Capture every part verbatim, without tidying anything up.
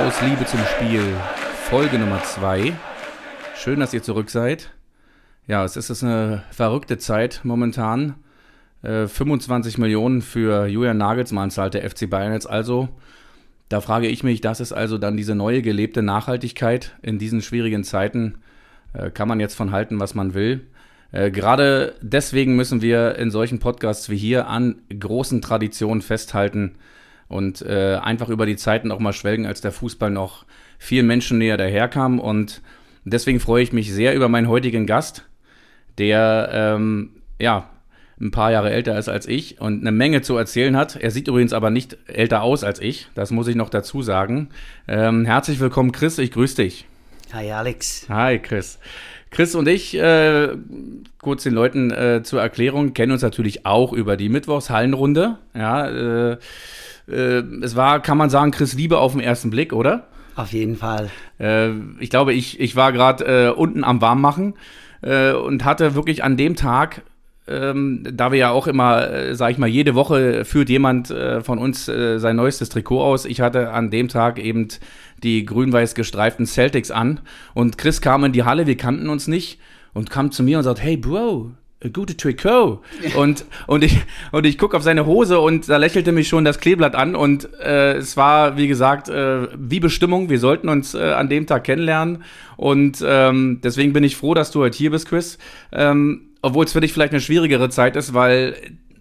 Aus Liebe zum Spiel, Folge Nummer zwei. Schön, dass ihr zurück seid. Ja, es ist eine verrückte Zeit momentan. Äh, fünfundzwanzig Millionen für Julian Nagelsmann zahlt der F C Bayern jetzt also. Da frage ich mich, das ist also dann diese neue gelebte Nachhaltigkeit in diesen schwierigen Zeiten. Äh, kann man jetzt von halten, was man will. Äh, gerade deswegen müssen wir in solchen Podcasts wie hier an großen Traditionen festhalten und äh, einfach über die Zeiten auch mal schwelgen, als der Fußball noch vielen Menschen näher daherkam. Und deswegen freue ich mich sehr über meinen heutigen Gast, der ähm, ja ein paar Jahre älter ist als ich und eine Menge zu erzählen hat. Er sieht übrigens aber nicht älter aus als ich, das muss ich noch dazu sagen. Ähm, herzlich willkommen, Chris, ich grüße dich. Hi Alex. Hi Chris. Chris und ich, äh, kurz den Leuten äh, zur Erklärung, kennen uns natürlich auch über die Mittwochshallenrunde. Ja, äh, äh, es war, kann man sagen, Chris, Liebe auf den ersten Blick, oder? Auf jeden Fall. Äh, ich glaube, ich, ich war gerade äh, unten am Warmmachen äh, und hatte wirklich an dem Tag, ähm, da wir ja auch immer, äh, sag ich mal, jede Woche führt jemand äh, von uns äh, sein neuestes Trikot aus. Ich hatte an dem Tag eben die grün-weiß gestreiften Celtics an und Chris kam in die Halle, wir kannten uns nicht und kam zu mir und sagt, hey Bro, a gute Trikot. und, und ich, und ich gucke auf seine Hose und da lächelte mich schon das Kleeblatt an und äh, es war, wie gesagt, äh, wie Bestimmung, wir sollten uns äh, an dem Tag kennenlernen und ähm, deswegen bin ich froh, dass du heute hier bist, Chris. Ähm, obwohl es für dich vielleicht eine schwierigere Zeit ist, weil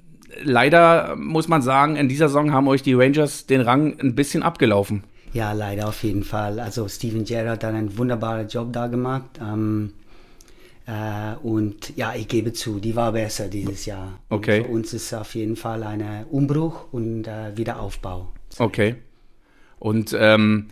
leider, muss man sagen, in dieser Saison haben euch die Rangers den Rang ein bisschen abgelaufen. Ja, leider auf jeden Fall. Also Steven Gerrard hat einen wunderbaren Job da gemacht. Ähm, äh, und ja, ich gebe zu, die war besser dieses Jahr. Okay. Und für uns ist auf jeden Fall ein Umbruch und äh, Wiederaufbau. Okay. Und ähm,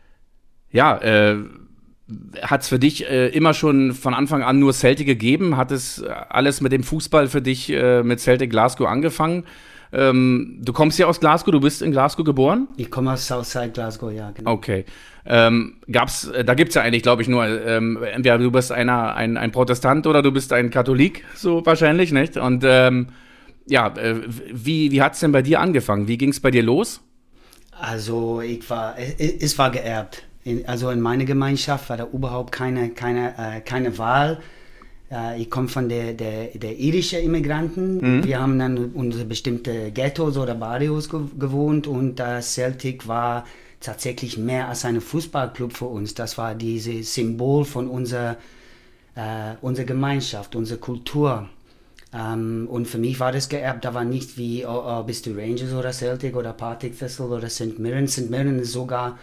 ja, äh, hat es für dich äh, immer schon von Anfang an nur Celtic gegeben? Hat es alles mit dem Fußball für dich äh, mit Celtic Glasgow angefangen? Ähm, du kommst ja aus Glasgow, du bist in Glasgow geboren? Ich komme aus Southside Glasgow, ja, genau. Okay. Ähm, gab's, da gibt es ja eigentlich, glaube ich, nur, ähm, entweder du bist einer, ein, ein Protestant oder du bist ein Katholik, so wahrscheinlich, nicht? Und ähm, ja, äh, wie, wie hat es denn bei dir angefangen? Wie ging es bei dir los? Also ich war, es, es war geerbt. In, also in meiner Gemeinschaft war da überhaupt keine, keine, äh, keine Wahl. Äh, ich komme von der, der, der irischen Immigranten. Mhm. Wir haben dann unsere bestimmte Ghettos oder Barrios ge- gewohnt und äh, Celtic war tatsächlich mehr als ein Fußballclub für uns. Das war dieses Symbol von unserer, äh, unserer Gemeinschaft, unserer Kultur. Um, und für mich war das geerbt, da war nicht wie, oh, oh, bist du Rangers oder Celtic oder Partick Thistle oder Saint Mirren. Saint Mirren ist sogar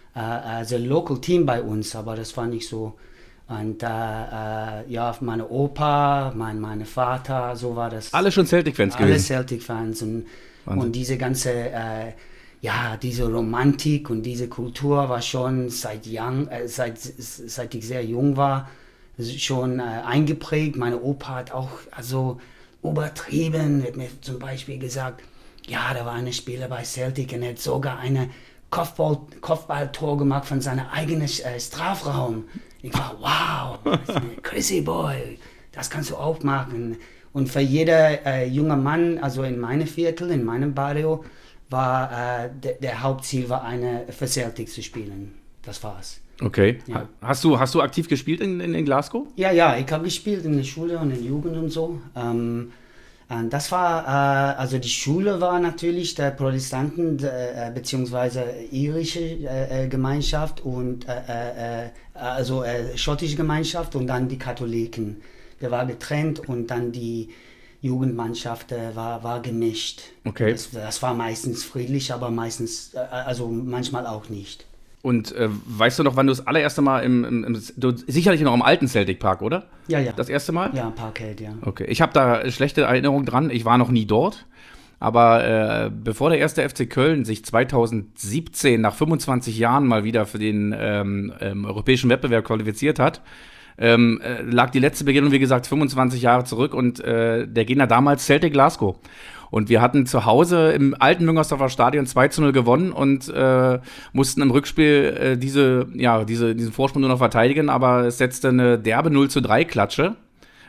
uh, uh, Local Team bei uns, aber das war nicht so. Und uh, uh, ja, meine Opa, mein meine Vater, so war das. Alle schon Celtic-Fans gewesen? Alle Celtic-Fans und, und diese ganze, uh, ja, diese Romantik und diese Kultur war schon seit, young, äh, seit, seit ich sehr jung war, schon äh, eingeprägt. Meine Opa hat auch also übertrieben, hat mir zum Beispiel gesagt, ja, da war ein Spieler bei Celtic und er hat sogar eine Kopfball, Kopfballtor gemacht von seinem eigenen äh, Strafraum. Ich war, wow, Chrissy Boy, das kannst du auch machen. Und für jeder äh, junge Mann, also in meinem Viertel, in meinem Barrio, war äh, der, der Hauptziel war, eine für Celtic zu spielen. Das war's. Okay. Ja. Hast du, hast du aktiv gespielt in, in, in Glasgow? Ja, ja, ich habe gespielt in der Schule und in der Jugend und so. Ähm, und das war, äh, also die Schule war natürlich der Protestanten äh, beziehungsweise irische äh, Gemeinschaft und äh, äh, also äh, schottische Gemeinschaft und dann die Katholiken. Der war getrennt und dann die Jugendmannschaft äh, war, war gemischt. Okay. Das, das war meistens friedlich, aber meistens, äh, also manchmal auch nicht. Und äh, weißt du noch, wann du das allererste Mal im, im, im du, sicherlich noch im alten Celtic Park, oder? Ja, ja. Das erste Mal? Ja, Parkhead, ja. Okay, ich habe da schlechte Erinnerungen dran, ich war noch nie dort, aber äh, bevor der erste F C Köln sich zweitausendsiebzehn nach fünfundzwanzig Jahren mal wieder für den ähm, ähm, europäischen Wettbewerb qualifiziert hat, ähm, äh, lag die letzte Begegnung, wie gesagt, fünfundzwanzig Jahre zurück und äh, der Gegner damals Celtic Glasgow. Und wir hatten zu Hause im alten Müngersdorfer Stadion zwei zu null gewonnen und äh, mussten im Rückspiel äh, diese, ja, diese, diesen Vorsprung nur noch verteidigen, aber es setzte eine derbe null zu drei Klatsche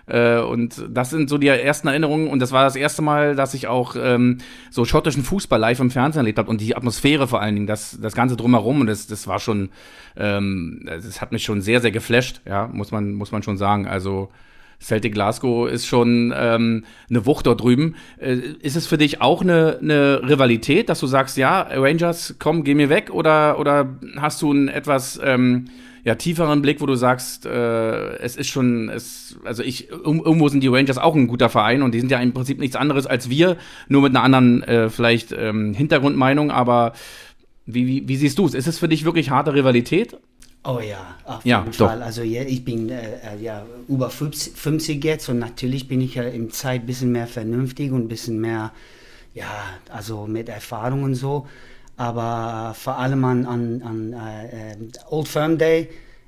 Äh, und das sind so die ersten Erinnerungen. Und das war das erste Mal, dass ich auch ähm, so schottischen Fußball live im Fernsehen erlebt habe. Und die Atmosphäre vor allen Dingen, das, das Ganze drumherum. Und das, das war schon, ähm, das hat mich schon sehr, sehr geflasht, ja, muss man, muss man schon sagen. Also Celtic Glasgow ist schon ähm, eine Wucht dort drüben. Äh, ist es für dich auch eine, eine Rivalität, dass du sagst, ja, Rangers, komm, geh mir weg? Oder, oder hast du einen etwas ähm, ja, tieferen Blick, wo du sagst, äh, es ist schon, es, also ich, irgendwo sind die Rangers auch ein guter Verein und die sind ja im Prinzip nichts anderes als wir, nur mit einer anderen äh, vielleicht ähm, Hintergrundmeinung, aber wie, wie, wie siehst du es? Ist es für dich wirklich harte Rivalität? Oh ja, auf ja, jeden doch. Fall. Also ja, ich bin äh, ja über fünfzig jetzt und natürlich bin ich ja im Zeit ein bisschen mehr vernünftig und ein bisschen mehr, ja, also mit Erfahrung und so. Aber vor allem an, an, an äh, Old Firm Day,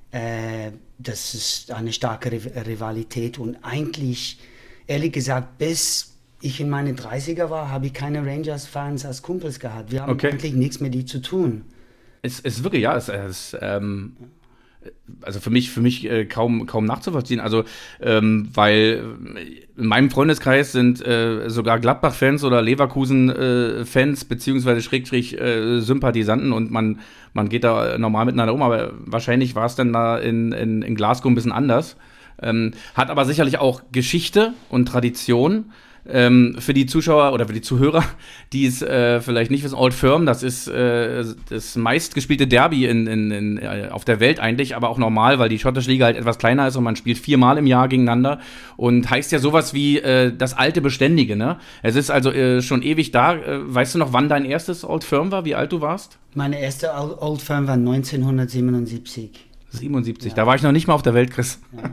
äh, das ist eine starke Rivalität und eigentlich, ehrlich gesagt, bis ich in meine dreißiger war, habe ich keine Rangers-Fans als Kumpels gehabt. Wir haben okay. eigentlich nichts mit die zu tun. Es ist wirklich, ja, es ist, ähm, also für mich, für mich äh, kaum, kaum nachzuvollziehen. Also, ähm, weil in meinem Freundeskreis sind äh, sogar Gladbach-Fans oder Leverkusen-Fans, äh, beziehungsweise Schrägstrich äh, Sympathisanten und man, man geht da normal miteinander um, aber wahrscheinlich war es dann da in, in, in Glasgow ein bisschen anders. Ähm, hat aber sicherlich auch Geschichte und Tradition. Ähm, für die Zuschauer oder für die Zuhörer, die es äh, vielleicht nicht wissen, Old Firm, das ist äh, das meistgespielte Derby in, in, in, äh, auf der Welt eigentlich, aber auch normal, weil die schottische Liga halt etwas kleiner ist und man spielt viermal im Jahr gegeneinander und heißt ja sowas wie äh, das alte Beständige, ne? Es ist also äh, schon ewig da. Äh, weißt du noch, wann dein erstes Old Firm war, wie alt du warst? Meine erste Old Firm war neunzehnhundertsiebenundsiebzig. siebenundsiebzig, ja. Da war ich noch nicht mal auf der Welt, Chris. Ja.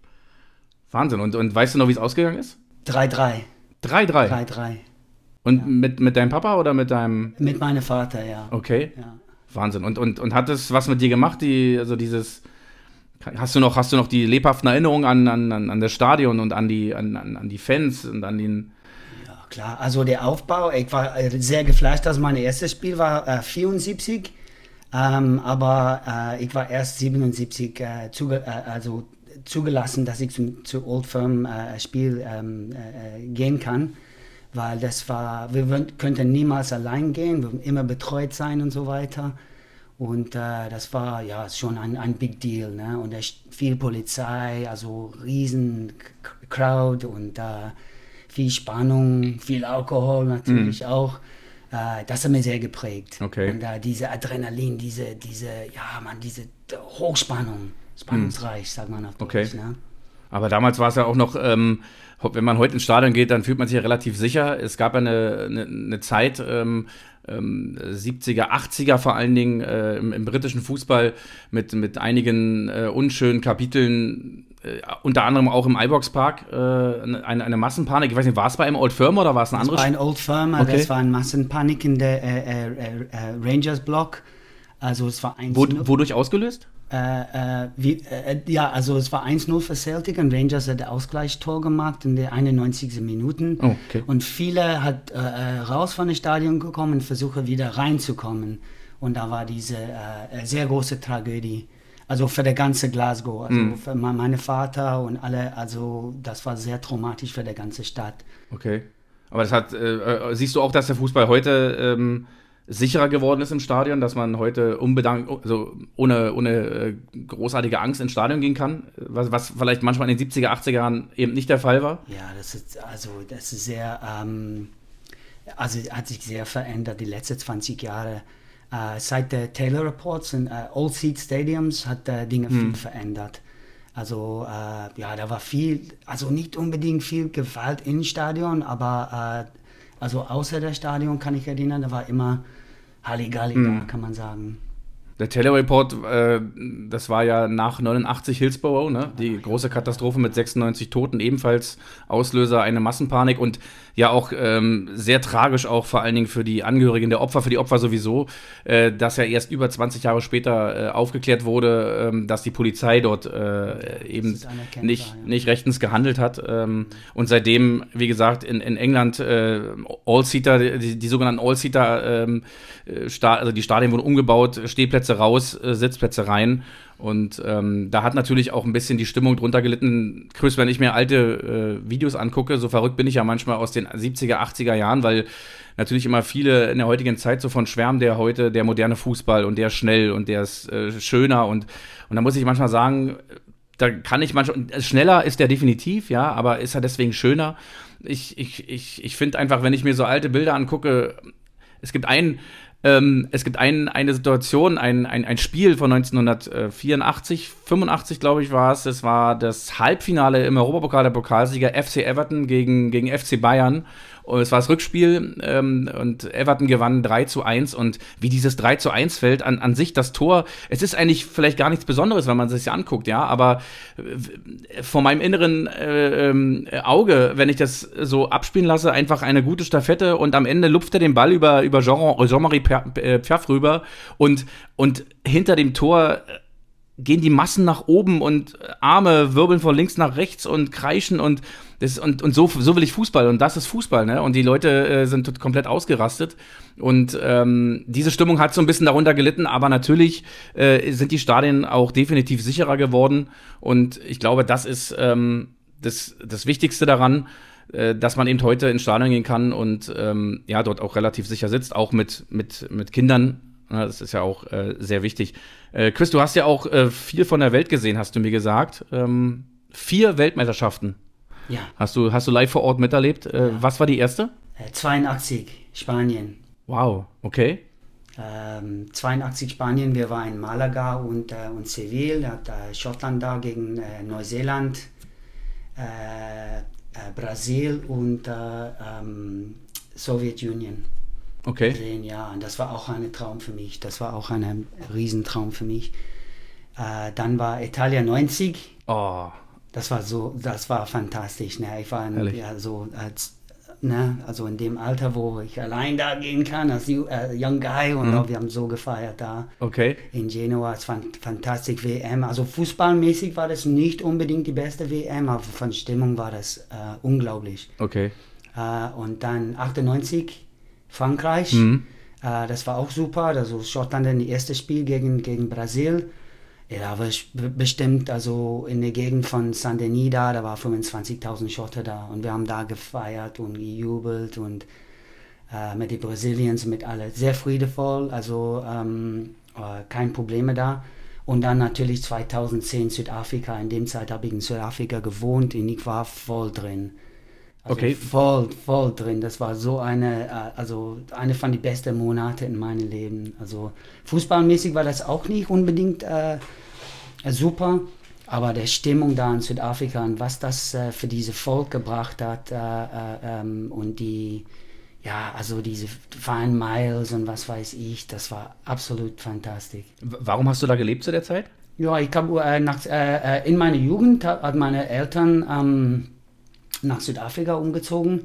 Wahnsinn. Und, und weißt du noch, wie es ausgegangen ist? drei drei. drei drei? drei drei. Und ja. mit, mit deinem Papa oder mit deinem... Mit meinem Vater, ja. Okay. Ja. Wahnsinn. Und, und, und hat es was mit dir gemacht, die, also dieses... Hast du noch, hast du noch die lebhaften Erinnerungen an, an, an das Stadion und an die, an, an die Fans und an den... Ja, klar. Also der Aufbau, ich war sehr geflasht, dass mein erstes Spiel war äh, vierundsiebzig, ähm, aber äh, ich war erst siebenundsiebzig äh, zuge- äh, also zugelassen, dass ich zum, zu Old Firm äh, Spiel ähm, äh, gehen kann, weil das war, wir w- könnten niemals allein gehen, wir würden immer betreut sein und so weiter und äh, das war ja schon ein, ein Big Deal, ne? Und da viel Polizei, also riesen K- Crowd und äh, viel Spannung, viel Alkohol natürlich mm. auch. Äh, das hat mir sehr geprägt. Okay. Und äh, diese Adrenalin, diese, diese, ja man, diese Hochspannung. Spannungsreich, sagt man auf Deutsch. Okay. Ne? Aber damals war es ja auch noch, ähm, wenn man heute ins Stadion geht, dann fühlt man sich ja relativ sicher. Es gab ja eine, eine, eine Zeit, ähm, ähm, siebziger, achtziger vor allen Dingen äh, im, im britischen Fußball mit, mit einigen äh, unschönen Kapiteln, äh, unter anderem auch im Ibrox Park, äh, eine, eine Massenpanik. Ich weiß nicht, war es bei einem Old Firm oder war es ein anderes? Es war ein Old Firm, okay. Das war eine Massenpanik in der äh, äh, äh, Rangers-Block. Also es war eins null. Wodurch ausgelöst? Äh, äh, wie, äh, ja, also es war eins null für Celtic und Rangers hat das Ausgleichstor gemacht in der einundneunzigsten Minute. Oh, okay. Und viele hat äh, raus von dem Stadion gekommen und versuchen wieder reinzukommen. Und da war diese äh, sehr große Tragödie. Also für der ganze Glasgow, also mm. für meine Vater und alle, also das war sehr traumatisch für die ganze Stadt. Okay. Aber das hat, äh, siehst du auch, dass der Fußball heute ähm sicherer geworden ist im Stadion, dass man heute unbedankt, also ohne, ohne äh, großartige Angst ins Stadion gehen kann, was, was vielleicht manchmal in den siebziger, achtziger Jahren eben nicht der Fall war? Ja, das ist also das ist sehr, ähm, also hat sich sehr verändert die letzten zwanzig Jahre. Äh, seit der Taylor Reports und äh, Old Seat Stadiums hat äh, Dinge hm. viel verändert. Also äh, ja, da war viel, also nicht unbedingt viel Gewalt im Stadion, aber äh, also außer der Stadion kann ich erinnern, da war immer Halligalli hm. da, kann man sagen. Der Taylor Report, äh, das war ja nach neunundachtzig Hillsborough, ne? Die große Katastrophe mit sechsundneunzig Toten, ebenfalls Auslöser eine Massenpanik und ja auch ähm, sehr tragisch auch vor allen Dingen für die Angehörigen der Opfer, für die Opfer sowieso, äh, dass ja erst über zwanzig Jahre später äh, aufgeklärt wurde, ähm, dass die Polizei dort äh, eben nicht, ja. nicht rechtens gehandelt hat. Ähm, und seitdem, wie gesagt, in, in England äh, All-Seater, die, die sogenannten All-Seater, ähm, Sta- also die Stadien wurden umgebaut, Stehplätze Sitzplätze raus, äh, Sitzplätze rein. Und ähm, da hat natürlich auch ein bisschen die Stimmung drunter gelitten. Chris, wenn ich mir alte äh, Videos angucke, so verrückt bin ich ja manchmal aus den siebziger, achtziger Jahren, weil natürlich immer viele in der heutigen Zeit so von schwärmen, der heute, der moderne Fußball und der ist schnell und der ist äh, schöner. Und, und da muss ich manchmal sagen, da kann ich manchmal, schneller ist der definitiv, ja, aber ist er deswegen schöner? Ich, ich, ich, ich finde einfach, wenn ich mir so alte Bilder angucke, es gibt ein, ähm, es gibt ein, eine Situation, ein, ein, ein Spiel von neunzehnhundertvierundachtzig, fünfundachtzig, glaube ich, war es. Es war das Halbfinale im Europapokal der Pokalsieger F C Everton gegen, gegen F C Bayern. Und es war das Rückspiel ähm, und Everton gewann drei zu eins. Und wie dieses drei zu eins fällt, an, an sich das Tor, es ist eigentlich vielleicht gar nichts Besonderes, wenn man es sich anguckt, ja, aber äh, vor meinem inneren äh, äh, Auge, wenn ich das so abspielen lasse, einfach eine gute Staffette und am Ende lupft er den Ball über, über Jean, Jean-Marie Pfaff rüber und, und hinter dem Tor gehen die Massen nach oben und Arme wirbeln von links nach rechts und kreischen und das und, und so, so will ich Fußball und das ist Fußball, ne? Und die Leute äh, sind komplett ausgerastet und ähm, diese Stimmung hat so ein bisschen darunter gelitten, aber natürlich äh, sind die Stadien auch definitiv sicherer geworden und ich glaube, das ist ähm, das, das Wichtigste daran, äh, dass man eben heute ins Stadion gehen kann und ähm, ja, dort auch relativ sicher sitzt, auch mit, mit, mit Kindern. Ja, das ist ja auch äh, sehr wichtig. Äh, Chris, du hast ja auch äh, viel von der Welt gesehen, hast du mir gesagt. Ähm, vier Weltmeisterschaften. Ja. Hast du, hast du live vor Ort miterlebt? Äh, ja. Was war die erste? Äh, zweiundachtzig, Spanien. Wow, okay. Ähm, zweiundachtzig Spanien, wir waren in Malaga und, äh, und Seville, hat äh, Schottland da gegen äh, Neuseeland, äh, äh, Brasil und äh, ähm, Sowjetunion. Okay. Sehen, ja, und das war auch ein Traum für mich. Das war auch ein Riesentraum für mich. Äh, dann war Italien neunzig. Oh. Das war so, das war fantastisch. Ne? Ich war in, ja, so als, ne? also in dem Alter, wo ich allein da gehen kann, als uh, Young Guy. Und mhm. auch, wir haben so gefeiert da. Okay. In Genua. Es war fantastisch W M. Also fußballmäßig war das nicht unbedingt die beste W M, aber von Stimmung war das äh, unglaublich. Okay. Äh, und dann achtundneunzig. Frankreich, mhm. äh, das war auch super, also Schottland in das erste Spiel gegen, gegen Brasil, ja, war bestimmt, also in der Gegend von Saint-Denis da, da waren fünfundzwanzigtausend Schotter da und wir haben da gefeiert und gejubelt und äh, mit den Brasiliens, mit alle sehr friedevoll, also ähm, äh, kein Probleme da. Und dann natürlich zweitausendzehn Südafrika, in dem Zeit habe ich in Südafrika gewohnt und ich war voll drin. Also okay. voll, voll drin. Das war so eine, also eine von den besten Monate in meinem Leben. Also fußballmäßig war das auch nicht unbedingt äh, super, aber die Stimmung da in Südafrika und was das äh, für dieses Volk gebracht hat äh, äh, ähm, und die, ja, also diese Fine Miles und was weiß ich, das war absolut fantastisch. Warum hast du da gelebt zu der Zeit? Ja, ich habe äh, nach, äh, in meiner Jugend hat meine Eltern ähm, nach Südafrika umgezogen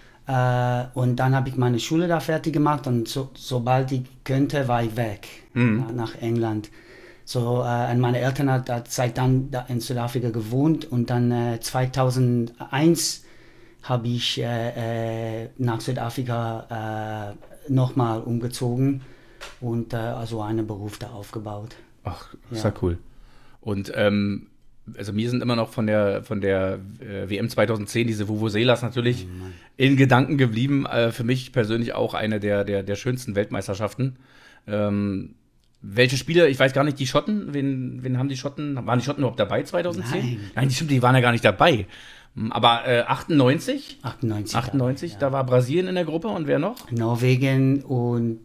äh, und dann habe ich meine Schule da fertig gemacht und so, sobald ich könnte, war ich weg mhm. nach, nach England. So, äh, meine Eltern hat, hat seit dann da in Südafrika gewohnt und dann äh, zweitausendeins habe ich äh, äh, nach Südafrika äh, nochmal umgezogen und äh, also einen Beruf da aufgebaut. Ach, ist ja cool. Und ähm also mir sind immer noch von der von der äh, W M zweitausendzehn diese Vuvuzelas natürlich oh in Gedanken geblieben. Äh, für mich persönlich auch eine der der der schönsten Weltmeisterschaften. Ähm, welche Spieler, ich weiß gar nicht, die Schotten, wen, wen haben die Schotten, waren die Schotten überhaupt dabei zweitausendzehn? Nein, Nein, die stimmt, die waren ja gar nicht dabei. Aber äh, achtundneunzig? achtundneunzig. achtundneunzig, ja. Da war Brasilien in der Gruppe und wer noch? Norwegen und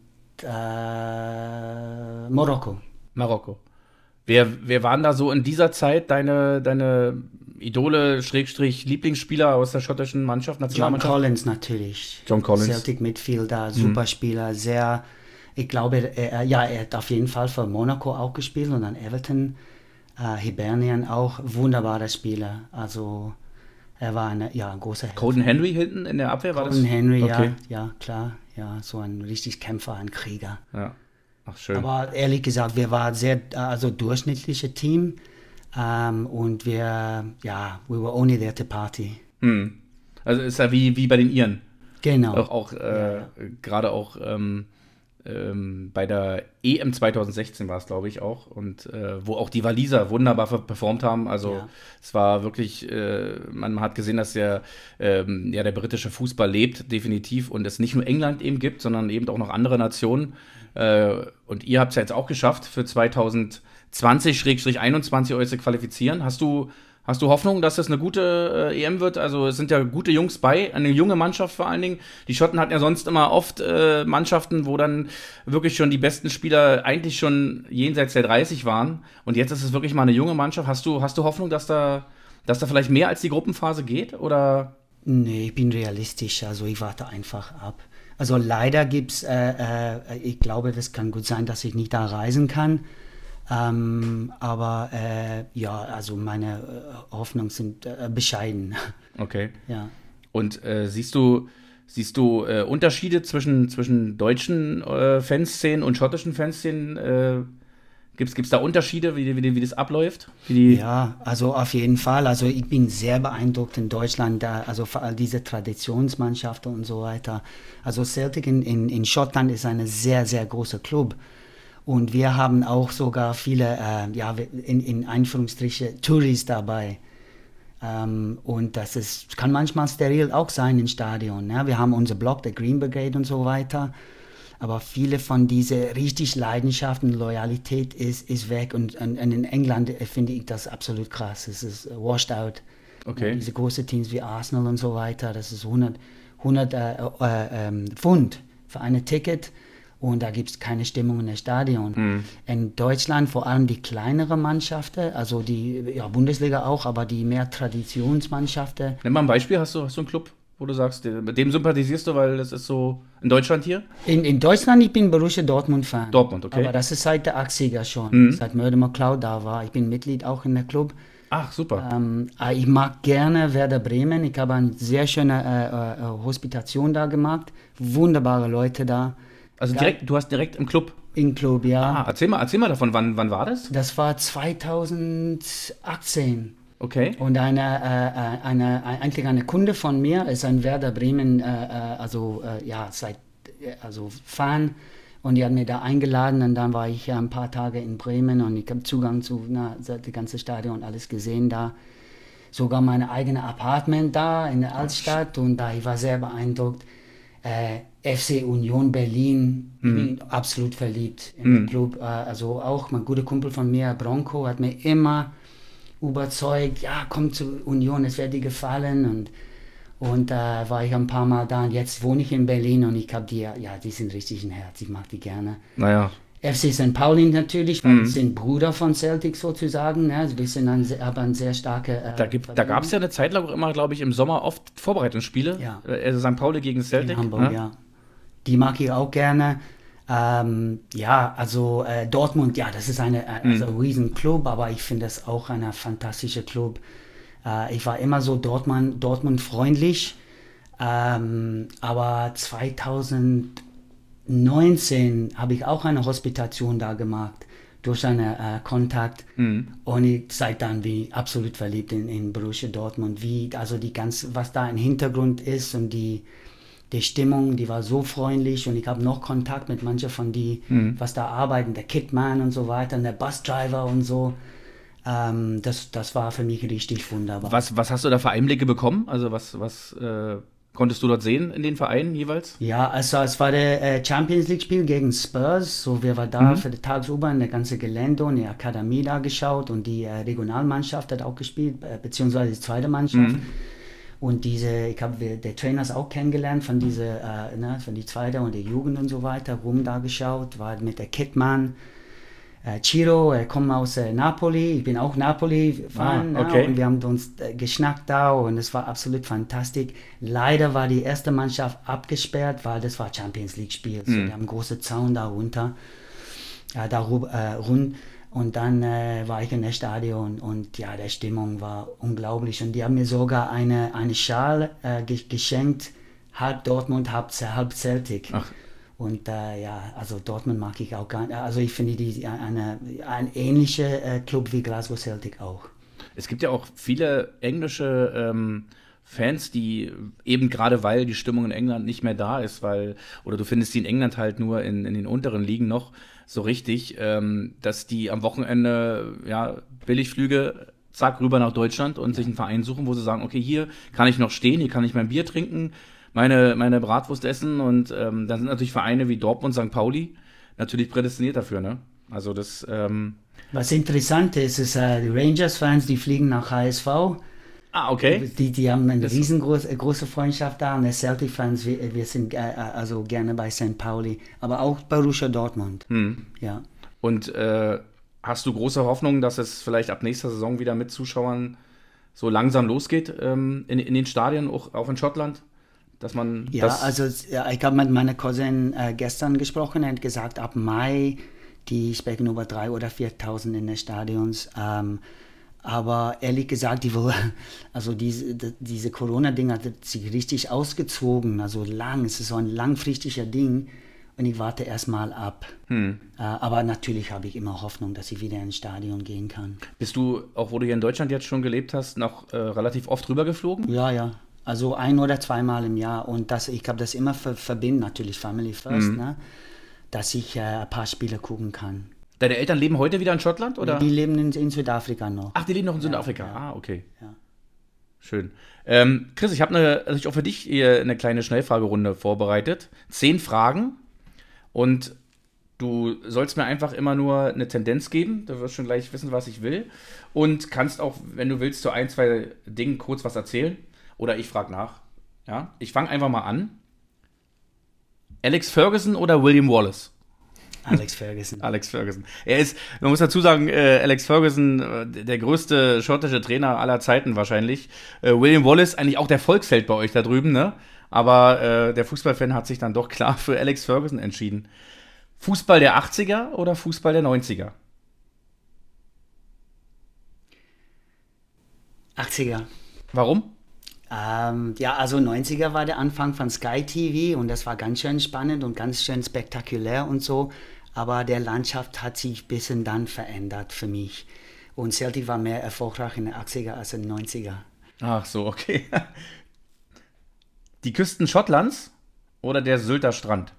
äh, Marokko. Marokko. Wer, wer waren da so in dieser Zeit deine, deine Idole, Schrägstrich, Lieblingsspieler aus der schottischen Mannschaft, John Nationalmannschaft? Collins natürlich. John Collins. Celtic Midfielder, Superspieler, sehr, ich glaube, er, ja, er hat auf jeden Fall für Monaco auch gespielt und dann Everton, äh, Hibernian auch, wunderbarer Spieler. Also er war eine, ja, ein großer Helfer. Colin Henry hinten in der Abwehr war das? Colin Henry, okay. ja, ja, klar, ja, so ein richtig Kämpfer, ein Krieger. Ja. Ach, schön. Aber ehrlich gesagt, wir waren sehr, also durchschnittliches Team ähm, und wir, ja, we were only there to party. Hm. Also ist ja wie, wie bei den Iren. Genau. Auch, auch äh, ja. gerade auch ähm, ähm, bei der E M zwanzig sechzehn war es, glaube ich, auch. Und äh, wo auch die Waliser wunderbar performt haben. Also Ja. es war wirklich, äh, man hat gesehen, dass der, ähm, ja, der britische Fußball lebt, definitiv. Und es nicht nur England eben gibt, sondern eben auch noch andere Nationen. Äh, und ihr habt es ja jetzt auch geschafft, für zwanzig zwanzig einundzwanzig euch zu qualifizieren. Hast du Hast du Hoffnung, dass das eine gute äh, E M wird? Also es sind ja gute Jungs bei, eine junge Mannschaft vor allen Dingen. Die Schotten hatten ja sonst immer oft äh, Mannschaften, wo dann wirklich schon die besten Spieler eigentlich schon jenseits der dreißig waren. Und jetzt ist es wirklich mal eine junge Mannschaft. Hast du, hast du Hoffnung, dass da, dass da vielleicht mehr als die Gruppenphase geht? Oder? Nee, ich bin realistisch, also ich warte einfach ab. Also leider gibt's, äh, äh, ich glaube, das kann gut sein, dass ich nicht da reisen kann. Ähm, aber äh, ja, also meine äh, Hoffnungen sind äh, bescheiden. Okay. Ja. Und äh, siehst du, siehst du äh, Unterschiede zwischen, zwischen deutschen äh, Fanszenen und schottischen Fanszenen? Äh, gibt's, gibt's da Unterschiede, wie, wie, wie das abläuft? Wie die Ja, also auf jeden Fall. Also ich bin sehr beeindruckt in Deutschland, da, also vor allem diese Traditionsmannschaften und so weiter. Also Celtic in, in, in Schottland ist ein sehr, sehr großer Club. Und wir haben auch sogar viele, äh, ja, in, in Anführungsstriche, Touris dabei. Ähm, und das ist, kann manchmal steril auch sein im Stadion. Ja? Wir haben unser Block, der Green Brigade und so weiter. Aber viele von diesen richtig Leidenschaften, Loyalität ist, ist weg. Und, und, und in England finde ich das absolut krass. Es ist washed out. Okay. Ja, diese großen Teams wie Arsenal und so weiter, das ist hundert, hundert äh, äh, äh, Pfund für ein Ticket. Und da gibt es keine Stimmung in der Stadion. Mhm. In Deutschland vor allem die kleineren Mannschaften, also die ja, Bundesliga auch, aber die mehr Traditionsmannschaften. Nimm mal ein Beispiel, hast du, hast du einen Club, wo du sagst, mit dem sympathisierst du, weil das ist so in Deutschland hier? In, in Deutschland, ich bin Borussia Dortmund-Fan. Dortmund, okay. Aber das ist seit der achtziger schon, Mhm. seit Murder McCloud da war. Ich bin Mitglied auch in der Club. Ach, super. Ähm, ich mag gerne Werder Bremen. Ich habe eine sehr schöne äh, äh, Hospitation da gemacht. Wunderbare Leute da. Also direkt, du hast direkt im Club. Im Club, ja. Ah, erzähl mal, erzähl mal davon, wann, wann war das? Das war zweitausendachtzehn. Okay. Und eine, äh, eine, eigentlich eine Kunde von mir ist ein Werder Bremen, äh, also äh, ja, seit, also Fan. Und die hat mir da eingeladen und dann war ich ja ein paar Tage in Bremen und ich habe Zugang zu na, das ganze Stadion und alles gesehen da. Sogar mein eigenes Apartment da in der Altstadt und da ich war sehr beeindruckt. Äh, F C Union Berlin, ich bin absolut verliebt in den Club. Äh, also auch mein guter Kumpel von mir, Bronco, hat mir immer überzeugt, ja, komm zu Union, es wird dir gefallen. Und, und da äh, war ich ein paar Mal da und jetzt wohne ich in Berlin und ich habe die, ja, die sind richtig ein Herz, ich mag die gerne. Naja. F C Sankt Pauli natürlich, weil mhm. sie sind Bruder von Celtic sozusagen. Ne? Wir sind ein, aber ein sehr starke. Äh, da gibt, da gab es ja eine Zeit lang auch immer, glaube ich, im Sommer oft Vorbereitungsspiele. Ja. Also Sankt Pauli gegen Celtic. In Hamburg, ne? ja. Die mag ich auch gerne. Ähm, ja, also äh, Dortmund, ja, das ist eine, also ein Riesenclub, aber ich finde es auch ein fantastischer Club. Äh, ich war immer so Dortmund, Dortmund freundlich, ähm, aber zweitausendneunzehn habe ich auch eine Hospitation da gemacht durch einen äh, Kontakt Mhm. und ich seit dann bin ich absolut verliebt in, in Borussia Dortmund, wie also die ganze, was da im Hintergrund ist und die die Stimmung, die war so freundlich und ich habe noch Kontakt mit manchen von die, Mhm. was da arbeiten, der Kitman und so weiter, und der Busdriver und so. Ähm, das, das war für mich richtig wunderbar. Was, was hast du da für Einblicke bekommen? Also was, was äh, konntest du dort sehen in den Vereinen jeweils? Ja, also es war der äh, Champions League Spiel gegen Spurs, so wir waren da Mhm. für die tagsüber in der ganze Gelände und die Akademie da geschaut und die äh, Regionalmannschaft hat auch gespielt, äh, beziehungsweise die zweite Mannschaft. Mhm. Und diese, ich habe der Trainer ist auch kennengelernt von dieser, äh, ne, von die zweite und der Jugend und so weiter, rum da geschaut, war mit der Kitman, äh, Ciro, er kommt aus äh, Napoli, ich bin auch Napoli-Fan, Ah, okay. ne, und wir haben uns äh, geschnackt da und es war absolut fantastisch. Leider war die erste Mannschaft abgesperrt, weil das war Champions League Spiel, so, Mhm. wir haben einen großen Zaun da runter, äh, da ru- äh, rund. Und dann äh, war ich in der Stadion und ja, der Stimmung war unglaublich. Und die haben mir sogar eine, eine Schal äh, ge- geschenkt, halb Dortmund, halb, halb Celtic. Ach. Und äh, ja, also Dortmund mag ich auch gar nicht. Also ich finde die eine, ein ähnlicher äh, Club wie Glasgow Celtic auch. Es gibt ja auch viele englische ähm, Fans, die eben gerade weil die Stimmung in England nicht mehr da ist, weil, oder du findest die in England halt nur in, in den unteren Ligen noch so richtig, ähm, dass die am Wochenende, ja, Billigflüge, zack, rüber nach Deutschland und sich einen Verein suchen, wo sie sagen, okay, hier kann ich noch stehen, hier kann ich mein Bier trinken, meine, meine Bratwurst essen und ähm, dann sind natürlich Vereine wie Dortmund, Sankt Pauli natürlich prädestiniert dafür, ne? Also das, ähm Was interessant ist, ist, äh, die Rangers-Fans, die fliegen nach H S V. Ah, okay. Die, die haben eine riesengroße große Freundschaft da und die Celtic-Fans, wir, wir sind äh, also gerne bei Sankt Pauli, aber auch Borussia Dortmund. Hm. Ja. Und äh, hast du große Hoffnung, dass es vielleicht ab nächster Saison wieder mit Zuschauern so langsam losgeht ähm, in, in den Stadien, auch, auch in Schottland? Dass man ja, das also ja, ich habe mit meiner Cousin äh, gestern gesprochen, er hat gesagt, ab Mai, die sprechen über dreitausend oder viertausend in den Stadions. Ähm, aber ehrlich gesagt, die, also diese, diese Corona-Ding hat sich richtig ausgezogen, also lang, es ist so ein langfristiger Ding und ich warte erstmal ab. Hm. Äh, aber natürlich habe ich immer Hoffnung, dass ich wieder ins Stadion gehen kann. Bist du, auch wo du hier in Deutschland jetzt schon gelebt hast, noch äh, relativ oft rübergeflogen? Ja, ja. Also ein oder zweimal im Jahr und das, ich habe das immer ver- verbinden, natürlich Family First, mhm. ne? Dass ich äh, ein paar Spiele gucken kann. Deine Eltern leben heute wieder in Schottland, oder? Die leben in, in Südafrika noch. Ach, die leben noch in ja, Südafrika, ja. ah, okay. Ja. Schön. Ähm, Chris, ich habe eine, also ich auch für dich hier eine kleine Schnellfragerunde vorbereitet. Zehn Fragen und du sollst mir einfach immer nur eine Tendenz geben. Du wirst schon gleich wissen, was ich will und kannst auch, wenn du willst, zu ein, zwei Dingen kurz was erzählen. Oder ich frage nach. Ja? Ich fange einfach mal an. Alex Ferguson oder William Wallace? Alex Ferguson. Alex Ferguson. Er ist, man muss dazu sagen, äh, Alex Ferguson, äh, der größte schottische Trainer aller Zeiten wahrscheinlich. Äh, William Wallace, eigentlich auch der Volksheld bei euch da drüben, ne? Aber äh, der Fußballfan hat sich dann doch klar für Alex Ferguson entschieden. Fußball der achtziger oder Fußball der neunziger? achtziger. Warum? Ähm, ja, also neunziger war der Anfang von Sky T V und das war ganz schön spannend und ganz schön spektakulär und so. Aber der Landschaft hat sich ein bisschen dann verändert für mich. Und Celtic war mehr erfolgreich in den achtziger als in den neunziger. Ach so, okay. Die Küsten Schottlands oder der Sylter Strand?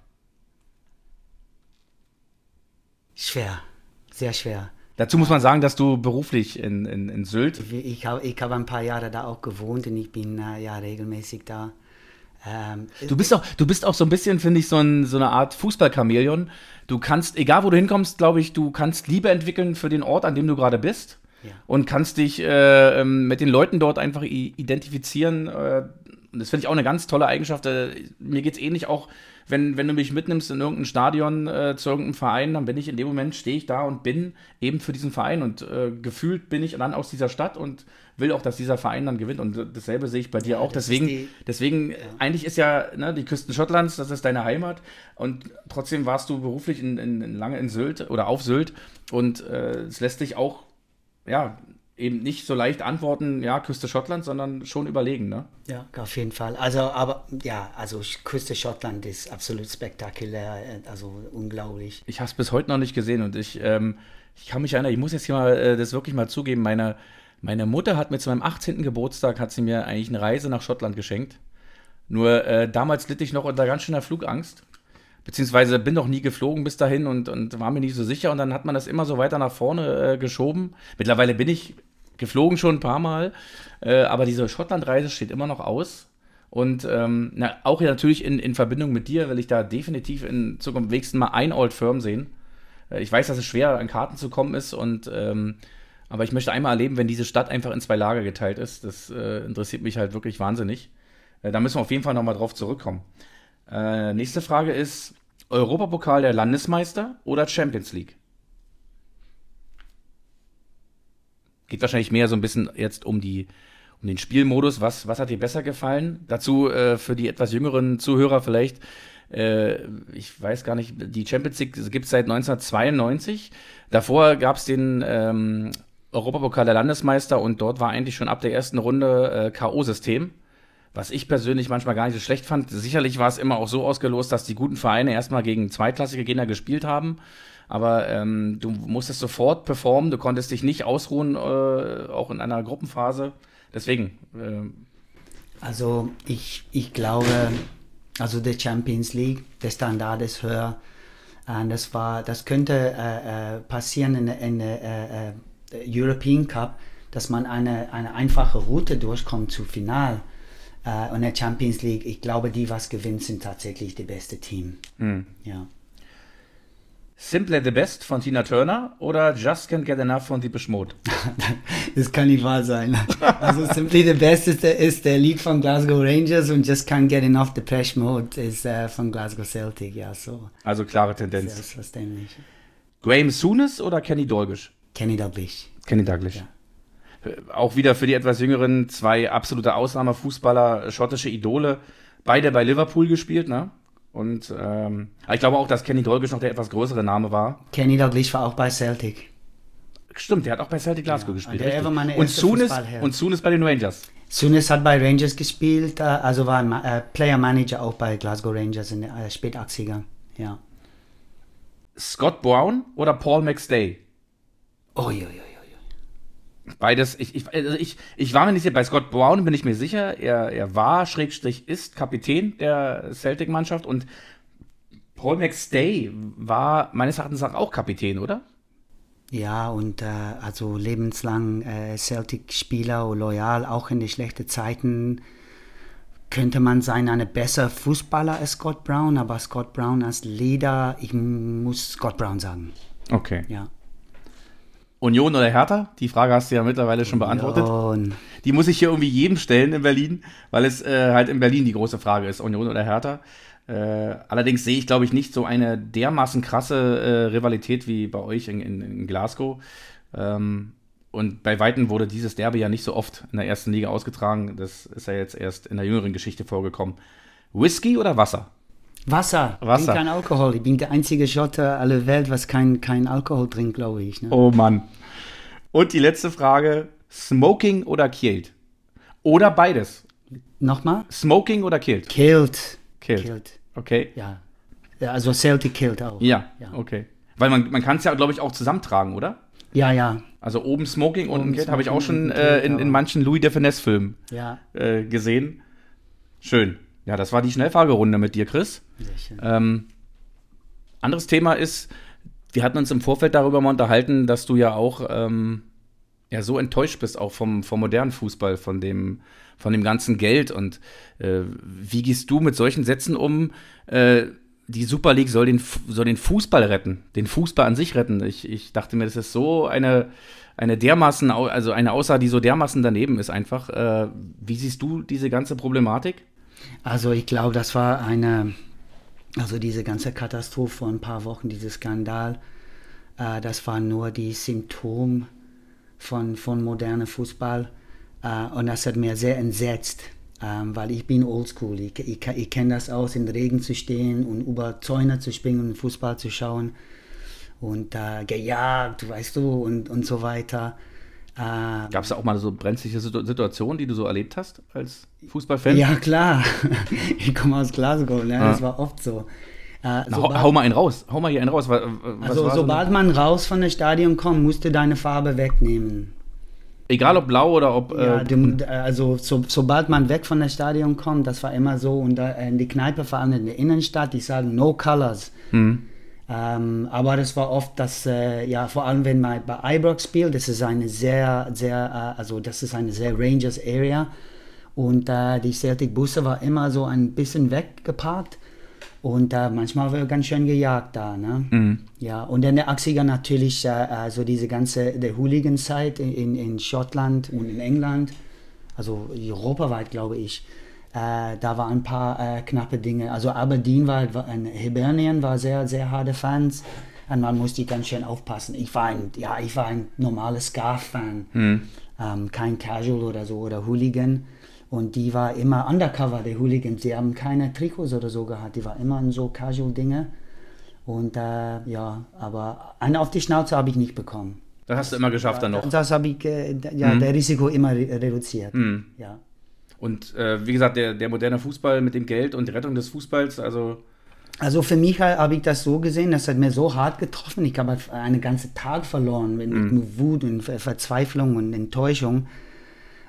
Schwer, sehr schwer. Dazu muss man sagen, dass du beruflich in, in, in Sylt... Ich, ich habe ich hab ein paar Jahre da auch gewohnt und ich bin äh, ja regelmäßig da. Ähm, du, bist auch, du bist auch so ein bisschen, finde ich, so, ein, so eine Art Fußballchamäleon. Du kannst, egal wo du hinkommst, glaube ich, du kannst Liebe entwickeln für den Ort, an dem du gerade bist. Ja. Und kannst dich äh, mit den Leuten dort einfach identifizieren. Äh, das finde ich auch eine ganz tolle Eigenschaft. Äh, mir geht es ähnlich auch, wenn, wenn du mich mitnimmst in irgendein Stadion äh, zu irgendeinem Verein, dann bin ich in dem Moment, stehe ich da und bin eben für diesen Verein. Und äh, gefühlt bin ich dann aus dieser Stadt und will auch, dass dieser Verein dann gewinnt. Und dasselbe sehe ich bei dir ja, auch. Deswegen, die, deswegen ja. eigentlich ist ja ne, die Küsten Schottlands, das ist deine Heimat. Und trotzdem warst du beruflich in, in, in lange in Sylt oder auf Sylt. Und äh, es lässt sich auch ja, eben nicht so leicht antworten, ja, Küste Schottland, sondern schon überlegen, ne? Ja, auf jeden Fall. Also, aber, ja, also Küste Schottland ist absolut spektakulär, also unglaublich. Ich habe es bis heute noch nicht gesehen und ich, ähm, ich kann mich erinnern, ich muss jetzt hier mal äh, das wirklich mal zugeben, meine, meine Mutter hat mir zu meinem achtzehnten Geburtstag, hat sie mir eigentlich eine Reise nach Schottland geschenkt. Nur äh, damals litt ich noch unter ganz schöner Flugangst. Beziehungsweise bin noch nie geflogen bis dahin und, und war mir nicht so sicher. Und dann hat man das immer so weiter nach vorne äh, geschoben. Mittlerweile bin ich geflogen schon ein paar Mal. Äh, aber diese Schottland-Reise steht immer noch aus. Und ähm, na, auch ja natürlich in, in Verbindung mit dir will ich da definitiv in Zukunft wenigstens mal ein Old Firm sehen. Äh, ich weiß, dass es schwer an Karten zu kommen ist. Und, ähm, aber ich möchte einmal erleben, wenn diese Stadt einfach in zwei Lager geteilt ist. Das äh, interessiert mich halt wirklich wahnsinnig. Äh, da müssen wir auf jeden Fall nochmal drauf zurückkommen. Äh, nächste Frage ist, Europapokal der Landesmeister oder Champions League? Geht wahrscheinlich mehr so ein bisschen jetzt um, die, um den Spielmodus. Was, was hat dir besser gefallen? Dazu äh, für die etwas jüngeren Zuhörer vielleicht, äh, ich weiß gar nicht, die Champions League gibt es seit neunzehnhundertzweiundneunzig. Davor gab es den ähm, Europapokal der Landesmeister und dort war eigentlich schon ab der ersten Runde äh, K O-System. Was ich persönlich manchmal gar nicht so schlecht fand. Sicherlich war es immer auch so ausgelost, dass die guten Vereine erstmal gegen zweitklassige Gegner gespielt haben. Aber ähm, du musstest sofort performen, du konntest dich nicht ausruhen, äh, auch in einer Gruppenphase. Deswegen. Äh Also ich, ich glaube, also die Champions League, der Standard ist höher. Und das war, das könnte äh, passieren in der in, äh, European Cup, dass man eine, eine einfache Route durchkommt zu Final. Uh, und der Champions League, ich glaube, die, was gewinnt, sind tatsächlich das beste Team. Hm. Ja. Simply the Best von Tina Turner oder Just Can't Get Enough von Depeche Mode? Das kann nicht wahr sein. Also Simply the Best ist der, ist der Lied von Glasgow Rangers und Just Can't Get Enough Depeche Mode ist uh, von Glasgow Celtic. Ja, so. Also klare Tendenz. Selbstverständlich. Graham Souness oder Kenny Dalglish? Kenny Dalglish. Kenny Dalglish. Ja. Auch wieder für die etwas Jüngeren zwei absolute Ausnahmefußballer, schottische Idole, beide bei Liverpool gespielt, ne? Und ähm, ich glaube auch, dass Kenny Dalglish noch der etwas größere Name war. Kenny Dalglish war auch bei Celtic. Stimmt, der hat auch bei Celtic Glasgow Ja, gespielt. der war meine und erste Souness Fußballherr. und Souness bei den Rangers. Souness hat bei Rangers gespielt, also war ein Player Manager auch bei Glasgow Rangers in den spät achtziger. Ja. Scott Brown oder Paul McStay? Oh, jo, jo. Beides, ich, ich, also ich, ich war mir nicht sicher, bei Scott Brown bin ich mir sicher, er, er war, Schrägstrich, ist Kapitän der Celtic-Mannschaft und Paul McStay war meines Erachtens auch Kapitän, oder? Ja, und äh, also lebenslang äh, Celtic-Spieler, loyal, auch in die schlechten Zeiten könnte man sein, eine bessere Fußballer als Scott Brown, aber Scott Brown als Leader, ich muss Scott Brown sagen. Okay. Ja. Union oder Hertha? Die Frage hast du ja mittlerweile schon beantwortet. Union. Die muss ich hier irgendwie jedem stellen in Berlin, weil es äh, halt in Berlin die große Frage ist, Union oder Hertha. Äh, allerdings sehe ich, glaube ich, nicht so eine dermaßen krasse äh, Rivalität wie bei euch in, in, in Glasgow. Ähm, und bei Weitem wurde dieses Derby ja nicht so oft in der ersten Liga ausgetragen. Das ist ja jetzt erst in der jüngeren Geschichte vorgekommen. Whisky oder Wasser? Wasser. Wasser. Ich bin kein Alkohol. Ich bin der einzige Schotter aller Welt, was kein, kein Alkohol trinkt, glaube ich. Ne? Oh Mann. Und die letzte Frage, Smoking oder Killed? Oder beides? Nochmal? Smoking oder Killed? Killed. Killed. Killed. Okay. Ja. Ja, also Celtic Killed auch. Ja, ja. Okay. Weil man, man kann es ja, glaube ich, auch zusammentragen, oder? Ja, ja. Also oben Smoking und Oben Killed habe ich auch schon Smoking und äh, Killed, in, in aber- manchen Louis de Finesse-Filmen Ja. äh, gesehen. Schön. Ja, das war die Schnellfragerunde mit dir, Chris. Sehr schön. Ähm, anderes Thema ist, wir hatten uns im Vorfeld darüber mal unterhalten, dass du ja auch ähm, ja, so enttäuscht bist, auch vom, vom modernen Fußball, von dem, von dem ganzen Geld. Und äh, wie gehst du mit solchen Sätzen um? Äh, die Super League soll den, Fu- soll den Fußball retten, den Fußball an sich retten. Ich, ich dachte mir, das ist so eine, eine dermaßen, Au- also eine Aussage, die so dermaßen daneben ist einfach. Äh, wie siehst du diese ganze Problematik? Also ich glaube, das war eine, also diese ganze Katastrophe vor ein paar Wochen, dieser Skandal, äh, das war nur die Symptom von, von modernem Fußball äh, und das hat mir sehr entsetzt, ähm, weil ich bin oldschool, ich, ich, ich kenne das aus, im Regen zu stehen und über Zäune zu springen und Fußball zu schauen und äh, gejagt, weißt du, und, und so weiter. Äh, Gab es da auch mal so brenzliche Situ- Situationen, die du so erlebt hast als Fußballfan? Ja, klar. Ich komme aus Glasgow, ne? Ah. Das war oft so. Äh, Na, hau, hau mal einen raus. Hau mal hier einen raus. Was, was also, war so sobald man raus von dem Stadion kommt, musst du deine Farbe wegnehmen. egal ob blau oder ob. Ja, Äh, du, also, so, sobald man weg von dem Stadion kommt, das war immer so. Und da, in die Kneipe, vor allem in der Innenstadt, die sagen No Colors. hm. Ähm, aber das war oft, dass, äh, ja, vor allem wenn man bei Ibrox spielt, das ist eine sehr, sehr, äh, also das ist eine sehr Rangers Area und äh, die Celtic Busse war immer so ein bisschen weggeparkt und äh, manchmal war ganz schön gejagt da, ne? Mhm. Ja, und in der achtziger natürlich, äh, also diese ganze, der Hooligan-Zeit in, in, in Schottland und in England, also europaweit glaube ich. Äh, da waren ein paar äh, knappe Dinge. Also Aberdeen war, war ein Hibernian war sehr, sehr harte Fans und man musste ganz schön aufpassen. Ich war ein, ja, ich war ein normales Scarf-Fan, Hm. ähm, kein Casual oder so oder Hooligan. Und die war immer undercover, der Hooligans. Die haben keine Trikots oder so gehabt. Die war immer in so Casual-Dinge. Und äh, ja, aber einen auf die Schnauze habe ich nicht bekommen. Das hast du immer geschafft dann noch. Das habe ich, äh, ja, Mhm. der Risiko immer re reduziert. Hm. Ja. Und äh, wie gesagt, der, der moderne Fußball mit dem Geld und die Rettung des Fußballs, also. Also für mich äh, habe ich das so gesehen, das hat mir so hart getroffen. Ich habe einen ganzen Tag verloren mit, mit Mhm. nur Wut und Ver Verzweiflung und Enttäuschung.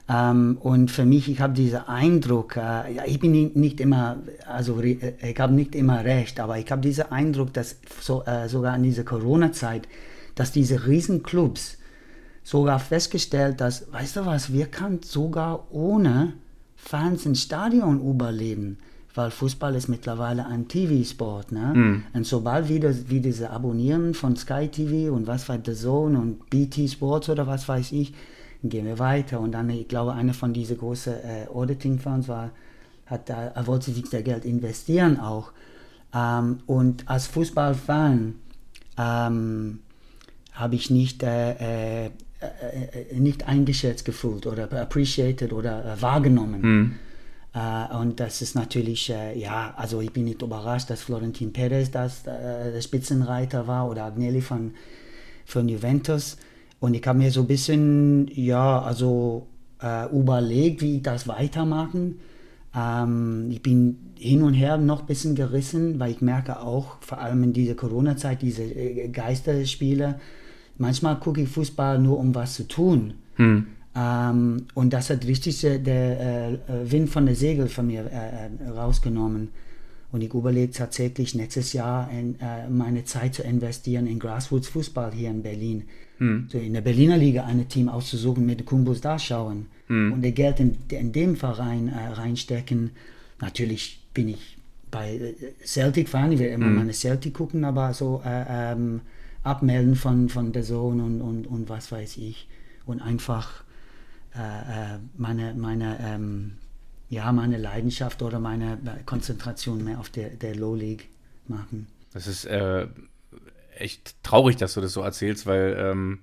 Ähm, und für mich, ich habe diesen Eindruck, äh, ja, ich bin nicht, nicht immer, also ich habe nicht immer recht, aber ich habe diesen Eindruck, dass so, äh, sogar in dieser Corona-Zeit, dass diese Riesenclubs sogar festgestellt, dass, weißt du was, wir können sogar ohne Fans ins Stadion überleben, weil Fußball ist mittlerweile ein T V-Sport, ne? Mm. Und sobald wir, das, wir diese abonnieren von Sky T V und was weiß The Zone und B T Sports oder was weiß ich, dann gehen wir weiter. Und dann, ich glaube, einer von diesen großen äh, Auditing-Firms war, hat da, er wollte sich da Geld investieren auch. Ähm, und als Fußballfan ähm, habe ich nicht äh, äh, äh, nicht eingeschätzt gefühlt oder appreciated oder äh, wahrgenommen. Mm. Uh, und das ist natürlich, uh, ja, also ich bin nicht überrascht, dass Florentin Perez das, uh, der Spitzenreiter war oder Agnelli von, von Juventus. Und ich habe mir so ein bisschen, ja, also uh, überlegt, wie ich das weitermachen. Um, ich bin hin und her noch ein bisschen gerissen, weil ich merke auch, vor allem in dieser Corona-Zeit, diese äh, Geisterspiele, manchmal gucke ich Fußball nur, um was zu tun. Hm. Um, und das hat richtig äh, der äh, Wind von der Segel von mir äh, rausgenommen. Und ich überlege tatsächlich nächstes Jahr in, äh, meine Zeit zu investieren in Grassroots-Fußball hier in Berlin. Hm. So in der Berliner Liga ein Team auszusuchen, mit den Kumbus da schauen hm. und das Geld in, in dem Verein äh, reinstecken. Natürlich bin ich bei Celtic-Fan, ich will immer hm. meine Celtic gucken, aber so äh, ähm, abmelden von, von der Zone und, und, und was weiß ich. Und einfach Äh, meine, meine, ähm, ja, meine Leidenschaft oder meine Konzentration mehr auf der, der Low League machen. Das ist äh, echt traurig, dass du das so erzählst, weil ähm,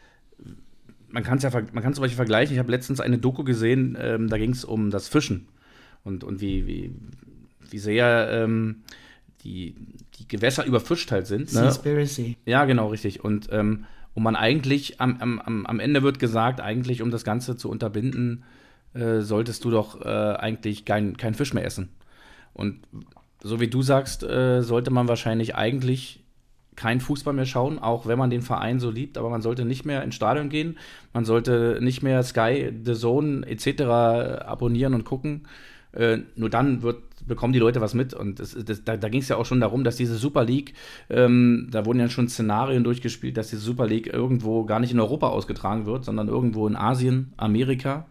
man kann es ja man kann zum Beispiel vergleichen. Ich habe letztens eine Doku gesehen, ähm, da ging es um das Fischen und, und wie, wie, wie sehr ähm, die, die Gewässer überfischt halt sind. Ne? Seaspiracy. Ja, genau, richtig. Und ähm, Und man eigentlich, am, am, am Ende wird gesagt, eigentlich, um das Ganze zu unterbinden, äh, solltest du doch äh, eigentlich kein, kein Fisch mehr essen. Und so wie du sagst, äh, sollte man wahrscheinlich eigentlich kein Fußball mehr schauen, auch wenn man den Verein so liebt, aber man sollte nicht mehr ins Stadion gehen, man sollte nicht mehr Sky, The Zone et cetera abonnieren und gucken. Äh, nur dann wird, bekommen die Leute was mit. Und das, das, da, da ging es ja auch schon darum, dass diese Super League, ähm, da wurden ja schon Szenarien durchgespielt, dass diese Super League irgendwo gar nicht in Europa ausgetragen wird, sondern irgendwo in Asien, Amerika.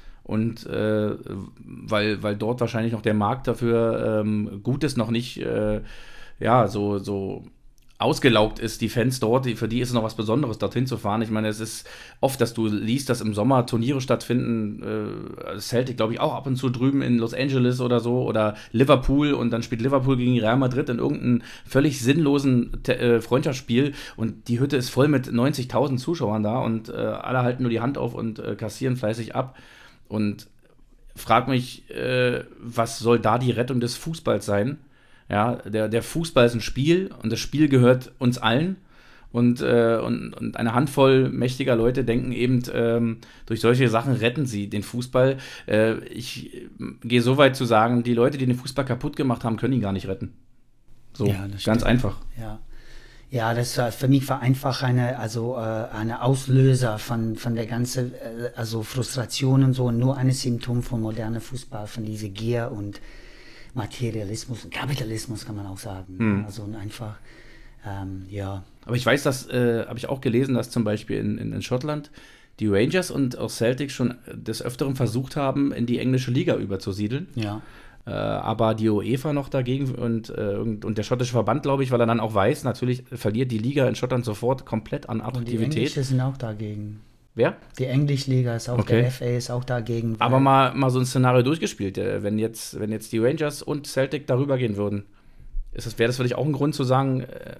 Und äh, weil, weil dort wahrscheinlich noch der Markt dafür ähm, gut ist, noch nicht äh, ja, so, so ausgelaugt ist, die Fans dort, die, für die ist es noch was Besonderes, dorthin zu fahren. Ich meine, es ist oft, dass du liest, dass im Sommer Turniere stattfinden, äh, Celtic, glaube ich, auch ab und zu drüben in Los Angeles oder so, oder Liverpool, und dann spielt Liverpool gegen Real Madrid in irgendeinem völlig sinnlosen Te- äh, Freundschaftsspiel, und die Hütte ist voll mit neunzigtausend Zuschauern da, und äh, alle halten nur die Hand auf und äh, kassieren fleißig ab. Und frag mich, äh, was soll da die Rettung des Fußballs sein? Ja, der, der Fußball ist ein Spiel, und das Spiel gehört uns allen. Und, äh, und, und eine Handvoll mächtiger Leute denken eben, ähm, durch solche Sachen retten sie den Fußball. Äh, ich gehe so weit zu sagen, die Leute, die den Fußball kaputt gemacht haben, können ihn gar nicht retten. So, ja, ganz stimmt. einfach. Ja. Ja, das war für mich war einfach eine, also äh, eine Auslöser von, von der ganzen, äh, also Frustration und so, und nur ein Symptom von modernem Fußball, von dieser Gier und Materialismus und Kapitalismus, kann man auch sagen. Hm. Also einfach, ähm, ja. Aber ich weiß, das äh, habe ich auch gelesen, dass zum Beispiel in, in, in Schottland die Rangers und auch Celtic schon des Öfteren versucht haben, in die englische Liga überzusiedeln. Ja. Äh, aber die UEFA noch dagegen und, äh, und, und der schottische Verband, glaube ich, weil er dann auch weiß, natürlich verliert die Liga in Schottland sofort komplett an Attraktivität. Und die Englische sind auch dagegen. Wer? Die Englischliga ist auch, okay. Der F A ist auch dagegen. Aber mal, mal so ein Szenario durchgespielt, wenn jetzt, wenn jetzt die Rangers und Celtic darüber gehen würden, ist das, wäre das für dich auch ein Grund zu sagen,